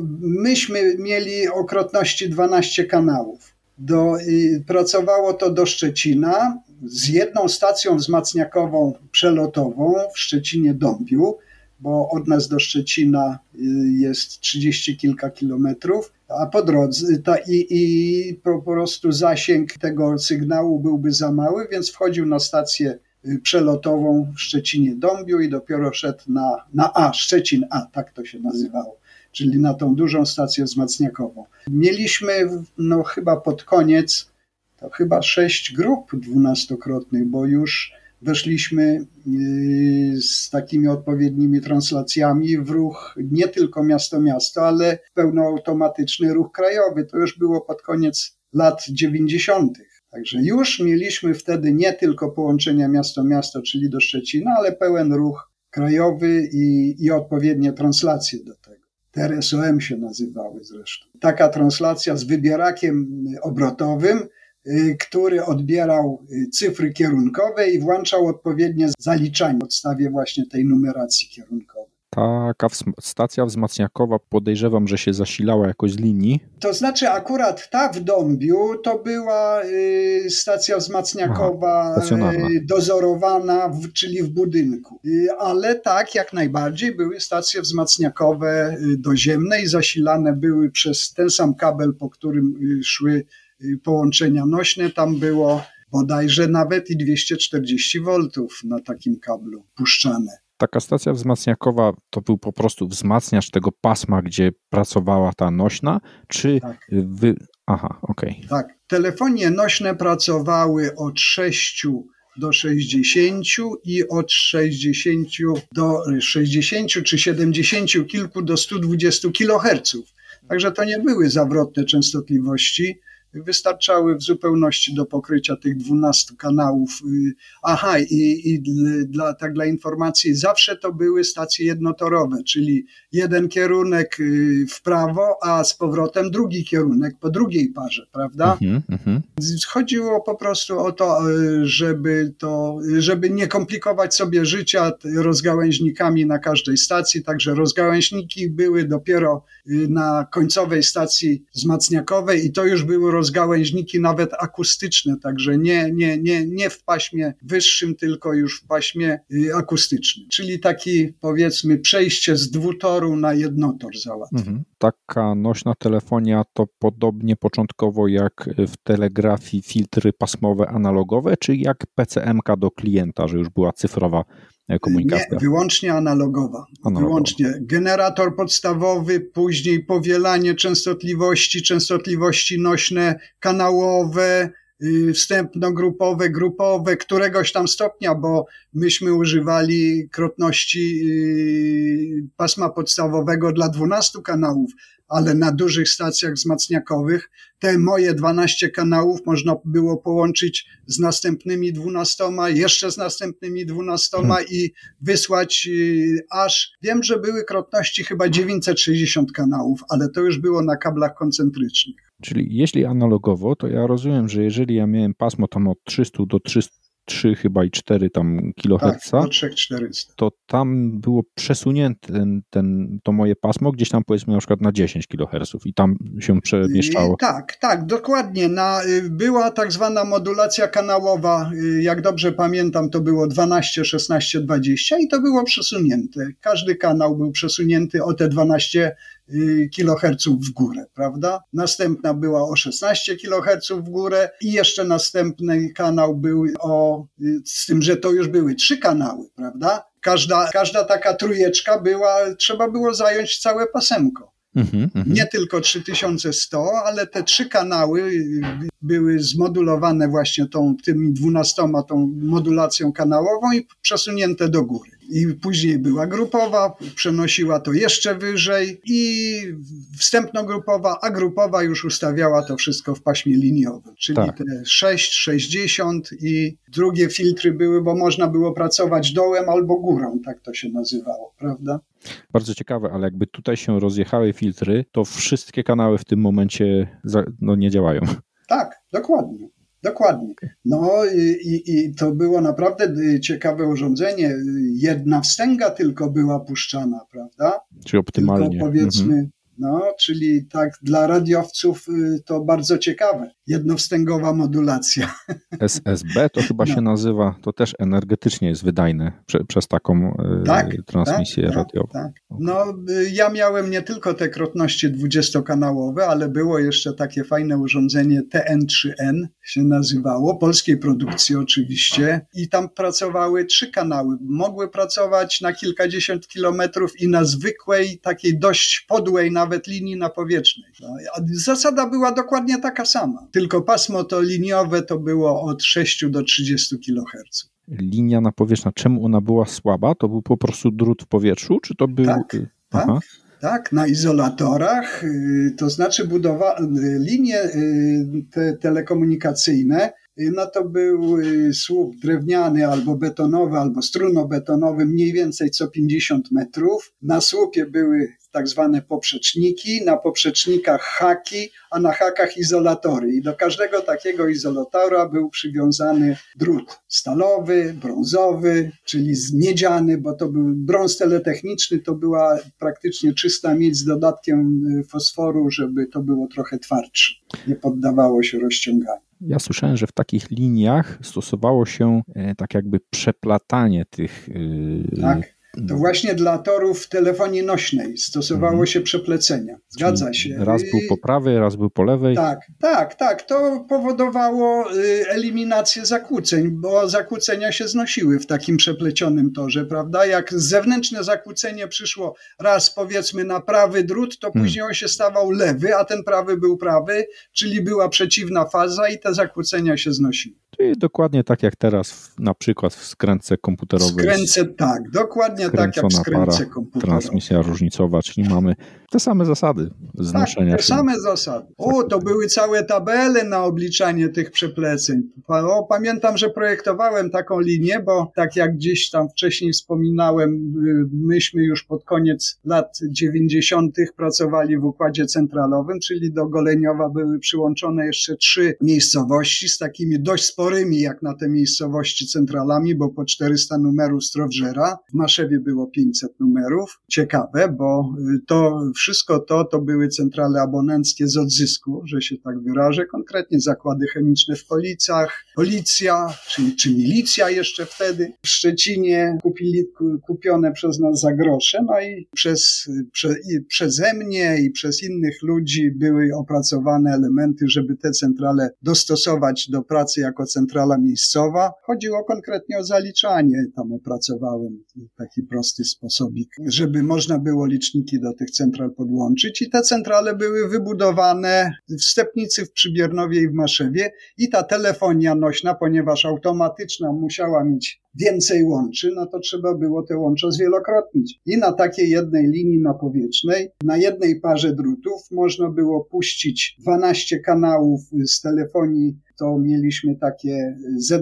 myśmy mieli o krotności 12 kanałów. Pracowało to do Szczecina z jedną stacją wzmacniakową przelotową w Szczecinie-Dąbiu, bo od nas do Szczecina jest 30 kilka kilometrów, a po drodze po prostu zasięg tego sygnału byłby za mały, więc wchodził na stację przelotową w Szczecinie-Dąbiu i dopiero szedł na Szczecin A, tak to się nazywało, czyli na tą dużą stację wzmacniakową. Mieliśmy chyba pod koniec to chyba 6 grup 12-krotnych, bo już weszliśmy z takimi odpowiednimi translacjami w ruch nie tylko miasto-miasto, ale pełnoautomatyczny ruch krajowy. To już było pod koniec lat 90. Także już mieliśmy wtedy nie tylko połączenia miasto-miasto, czyli do Szczecina, ale pełen ruch krajowy i odpowiednie translacje do tego. TRSOM się nazywały zresztą. Taka translacja z wybierakiem obrotowym, który odbierał cyfry kierunkowe i włączał odpowiednie zaliczanie na podstawie właśnie tej numeracji kierunkowej. taka stacja wzmacniakowa, podejrzewam, że się zasilała jakoś z linii. To znaczy akurat ta w Dąbiu to była stacja wzmacniakowa dozorowana, czyli w budynku. Ale tak, jak najbardziej były stacje wzmacniakowe doziemne i zasilane były przez ten sam kabel, po którym szły połączenia nośne. Tam było bodajże nawet i 240 V na takim kablu puszczane. Taka stacja wzmacniakowa to był po prostu wzmacniacz tego pasma, gdzie pracowała ta nośna, czy tak. Aha, okej. Tak, telefonie nośne pracowały od 6 do 60 i od 60 do 60 czy 70 kilku do 120 kHz. Także to nie były zawrotne częstotliwości. Wystarczały w zupełności do pokrycia tych 12 kanałów. Aha, i dla informacji, zawsze to były stacje jednotorowe, czyli jeden kierunek w prawo, a z powrotem drugi kierunek po drugiej parze, prawda? Chodziło po prostu o to, żeby nie komplikować sobie życia rozgałęźnikami na każdej stacji, także rozgałęźniki były dopiero na końcowej stacji wzmacniakowej i to już były rozgałęźniki nawet akustyczne, także nie w paśmie wyższym, tylko już w paśmie akustycznym. Czyli taki, powiedzmy, przejście z dwutoru na jednotor załatwił. Taka nośna telefonia to podobnie początkowo jak w telegrafii filtry pasmowe analogowe, czy jak PCM-ka do klienta, że już była cyfrowa komunikacja? Nie, wyłącznie analogowa. Wyłącznie generator podstawowy, później powielanie częstotliwości nośne, kanałowe, wstępno-grupowe, grupowe, któregoś tam stopnia, bo myśmy używali krotności pasma podstawowego dla 12 kanałów, ale na dużych stacjach wzmacniakowych te moje 12 kanałów można było połączyć z następnymi 12, jeszcze z następnymi 12 i wysłać aż, wiem, że były krotności chyba 960 kanałów, ale to już było na kablach koncentrycznych. Czyli jeśli analogowo, to ja rozumiem, że jeżeli ja miałem pasmo tam od 300 do 3 chyba i 4 tam kiloherca, tak, do 3400. To tam było przesunięte to moje pasmo gdzieś tam powiedzmy na przykład na 10 kHz i tam się przemieszczało. Tak, dokładnie. Była tak zwana modulacja kanałowa, jak dobrze pamiętam, to było 12, 16, 20 i to było przesunięte. Każdy kanał był przesunięty o te 12 kHz w górę, prawda? Następna była o 16 kHz w górę i jeszcze następny kanał był z tym, że to już były 3 kanały, prawda? Każda taka trójeczka trzeba było zająć całe pasemko. Nie tylko 3100, ale te 3 kanały były zmodulowane właśnie tymi 12, tą modulacją kanałową i przesunięte do góry. I później była grupowa, przenosiła to jeszcze wyżej i wstępno-grupowa, a grupowa już ustawiała to wszystko w paśmie liniowym, czyli te 6, 60 i drugie filtry były, bo można było pracować dołem albo górą, tak to się nazywało, prawda? Bardzo ciekawe, ale jakby tutaj się rozjechały filtry, to wszystkie kanały w tym momencie nie działają. Tak, dokładnie. No i to było naprawdę ciekawe urządzenie. Jedna wstęga tylko była puszczana, prawda? Czyli optymalnie. Tylko powiedzmy, czyli tak dla radiowców to bardzo ciekawe. Jednowstęgowa modulacja. SSB to chyba się nazywa, to też energetycznie jest wydajne przez taką transmisję radiową. Tak. No, ja miałem nie tylko te krotności 20-kanałowe, ale było jeszcze takie fajne urządzenie TN3N się nazywało, polskiej produkcji oczywiście i tam pracowały 3 kanały. Mogły pracować na kilkadziesiąt kilometrów i na zwykłej, takiej dość podłej nawet linii napowietrznej. Zasada była dokładnie taka sama. Tylko pasmo to liniowe to było od 6 do 30 kHz. Linia napowietrzna, czemu ona była słaba? To był po prostu drut w powietrzu, czy to był... Tak, na izolatorach, to znaczy linie telekomunikacyjne, to był słup drewniany albo betonowy, albo strunobetonowy, mniej więcej co 50 metrów. Na słupie były tak zwane poprzeczniki, na poprzecznikach haki, a na hakach izolatory. I do każdego takiego izolatora był przywiązany drut stalowy, brązowy, czyli miedziany, bo to był brąz teletechniczny, to była praktycznie czysta miedź z dodatkiem fosforu, żeby to było trochę twardsze. Nie poddawało się rozciąganiu. Ja słyszałem, że w takich liniach stosowało się tak jakby przeplatanie tych... Tak. To właśnie dla torów telefonii nośnej stosowało się przeplecenia. Zgadza się. Raz był po prawej, raz był po lewej. Tak. To powodowało eliminację zakłóceń, bo zakłócenia się znosiły w takim przeplecionym torze, prawda? Jak zewnętrzne zakłócenie przyszło raz powiedzmy na prawy drut, to później on się stawał lewy, a ten prawy był prawy, czyli była przeciwna faza i te zakłócenia się znosiły. Czyli dokładnie tak jak teraz na przykład w skrętce komputerowej. Tak, dokładnie tak jak w skrętce komputerowej. Transmisja różnicowa, czyli mamy te same zasady znoszenia. Tak, te same zasady. To były całe tabele na obliczanie tych przepleceń. Pamiętam, że projektowałem taką linię, bo tak jak gdzieś tam wcześniej wspominałem, myśmy już pod koniec lat 90. pracowali w układzie centralowym, czyli do Goleniowa były przyłączone jeszcze 3 miejscowości z takimi dość sporymi jak na te miejscowości centralami, bo po 400 numerów Strowżera. W Maszewie było 500 numerów. Ciekawe, bo to wszystko to były centrale abonenckie z odzysku, że się tak wyrażę, konkretnie zakłady chemiczne w Policach, policja, czy milicja jeszcze wtedy w Szczecinie kupione przez nas za grosze, no i przeze mnie i przez innych ludzi były opracowane elementy, żeby te centrale dostosować do pracy jako centrala miejscowa. Chodziło konkretnie o zaliczanie. Tam opracowałem taki prosty sposobik, żeby można było liczniki do tych central podłączyć i te centrale były wybudowane w Stepnicy, w Przybiernowie i w Maszewie i ta telefonia nośna, ponieważ automatyczna musiała mieć więcej łączy, no to trzeba było te łącza zwielokrotnić. I na takiej jednej linii napowietrznej, na jednej parze drutów można było puścić 12 kanałów z telefonii. To mieliśmy takie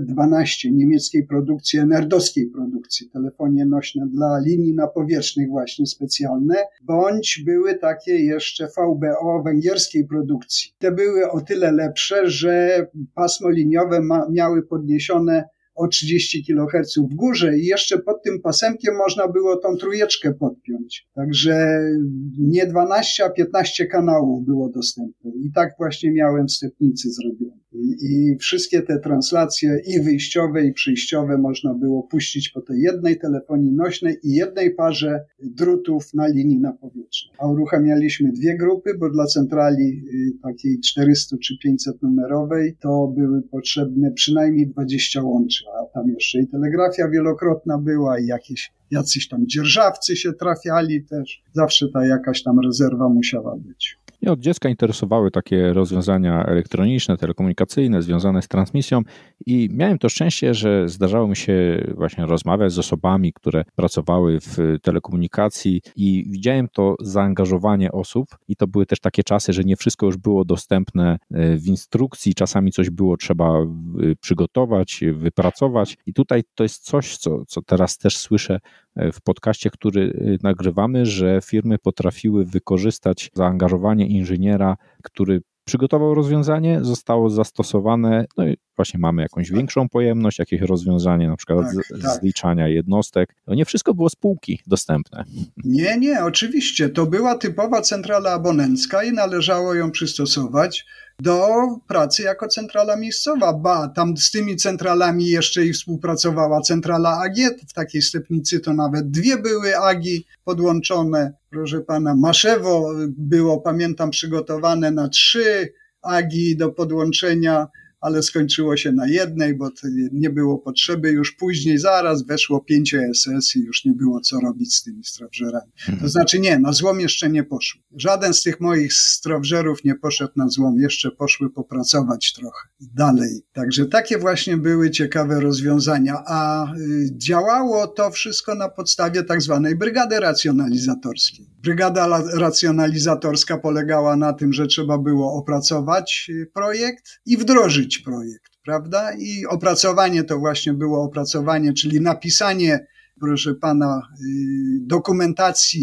Z12 niemieckiej produkcji, nerdowskiej produkcji, telefonie nośne dla linii napowietrznych właśnie specjalne, bądź były takie jeszcze VBO węgierskiej produkcji. Te były o tyle lepsze, że pasmo liniowe miały podniesione o 30 kHz w górze i jeszcze pod tym pasemkiem można było tą trójeczkę podpiąć. Także nie 12, a 15 kanałów było dostępne. I tak właśnie miałem w Stepnicy zrobione. I wszystkie te translacje i wyjściowe, i przyjściowe można było puścić po tej jednej telefonii nośnej i jednej parze drutów na linii napowietrznej. A uruchamialiśmy 2 grupy, bo dla centrali takiej 400 czy 500 numerowej to były potrzebne przynajmniej 20 łączy, a tam jeszcze i telegrafia wielokrotna była i jacyś tam dzierżawcy się trafiali też. Zawsze ta jakaś tam rezerwa musiała być. Mnie od dziecka interesowały takie rozwiązania elektroniczne, telekomunikacyjne, związane z transmisją i miałem to szczęście, że zdarzało mi się właśnie rozmawiać z osobami, które pracowały w telekomunikacji i widziałem to zaangażowanie osób i to były też takie czasy, że nie wszystko już było dostępne w instrukcji, czasami coś było trzeba przygotować, wypracować i tutaj to jest coś, co teraz też słyszę w podcaście, który nagrywamy, że firmy potrafiły wykorzystać zaangażowanie inżyniera, który przygotował rozwiązanie, zostało zastosowane, no i właśnie mamy jakąś większą pojemność, jakieś rozwiązanie na przykład zliczania jednostek. No nie wszystko było z półki dostępne. Nie, oczywiście. To była typowa centrala abonencka i należało ją przystosować do pracy jako centrala miejscowa. Tam z tymi centralami jeszcze i współpracowała centrala AG. W takiej Stepnicy to nawet 2 były AGI podłączone. Proszę pana, Maszewo było, pamiętam, przygotowane na 3 AGI do podłączenia, ale skończyło się na 1, bo nie było potrzeby. Już później zaraz weszło 5 SS i już nie było co robić z tymi strowżerami. To znaczy nie, na złom jeszcze nie poszły. Żaden z tych moich strowżerów nie poszedł na złom. Jeszcze poszły popracować trochę dalej. Także takie właśnie były ciekawe rozwiązania. A działało to wszystko na podstawie tak zwanej brygady racjonalizatorskiej. Brygada racjonalizatorska polegała na tym, że trzeba było opracować projekt i wdrożyć projekt, prawda? I opracowanie to właśnie było opracowanie, czyli napisanie, proszę pana, dokumentacji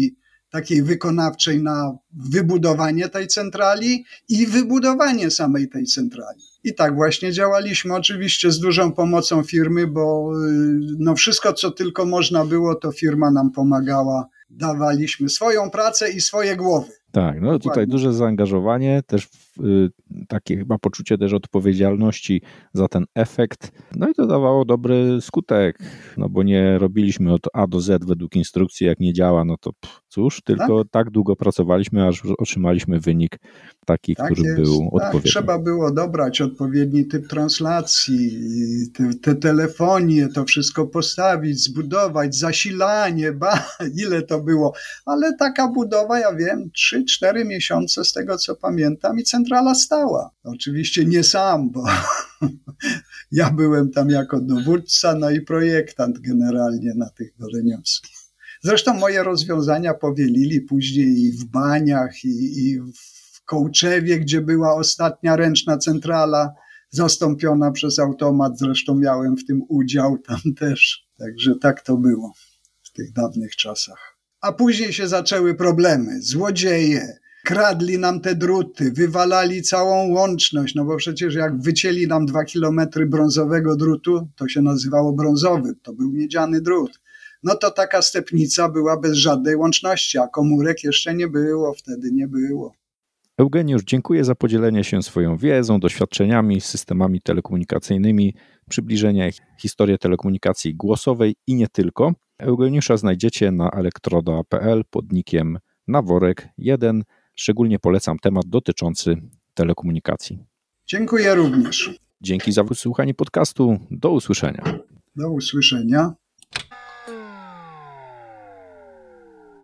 takiej wykonawczej na wybudowanie tej centrali i wybudowanie samej tej centrali. I tak właśnie działaliśmy, oczywiście z dużą pomocą firmy, bo wszystko, co tylko można było, to firma nam pomagała. Dawaliśmy swoją pracę i swoje głowy. Tak, tutaj duże zaangażowanie, też takie chyba poczucie też odpowiedzialności za ten efekt. I to dawało dobry skutek, bo nie robiliśmy od A do Z według instrukcji, jak nie działa, to cóż, tylko tak długo pracowaliśmy, aż otrzymaliśmy wynik taki, który był odpowiedni. Trzeba było dobrać odpowiedni typ translacji, te telefonie, to wszystko postawić, zbudować, zasilanie, ile to było, ale taka budowa, ja wiem, 3-4 miesiące z tego, co pamiętam, i centrala stała. Oczywiście nie sam, bo ja byłem tam jako dowódca, i projektant generalnie na tych goleniowskich. Zresztą moje rozwiązania powielili później i w Baniach, i w Kołczewie, gdzie była ostatnia ręczna centrala zastąpiona przez automat. Zresztą miałem w tym udział tam też. Także tak to było w tych dawnych czasach. A później się zaczęły problemy. Złodzieje kradli nam te druty, wywalali całą łączność, bo przecież jak wycięli nam 2 kilometry brązowego drutu, to się nazywało brązowy, to był miedziany drut. To taka stepnica była bez żadnej łączności, a komórek jeszcze nie było, wtedy nie było. Eugeniusz, dziękuję za podzielenie się swoją wiedzą, doświadczeniami, systemami telekomunikacyjnymi, przybliżenie historii telekomunikacji głosowej i nie tylko. Eugeniusza znajdziecie na elektroda.pl pod nickiem Naworek1. Szczególnie polecam temat dotyczący telekomunikacji. Dziękuję również. Dzięki za wysłuchanie podcastu. Do usłyszenia. Do usłyszenia.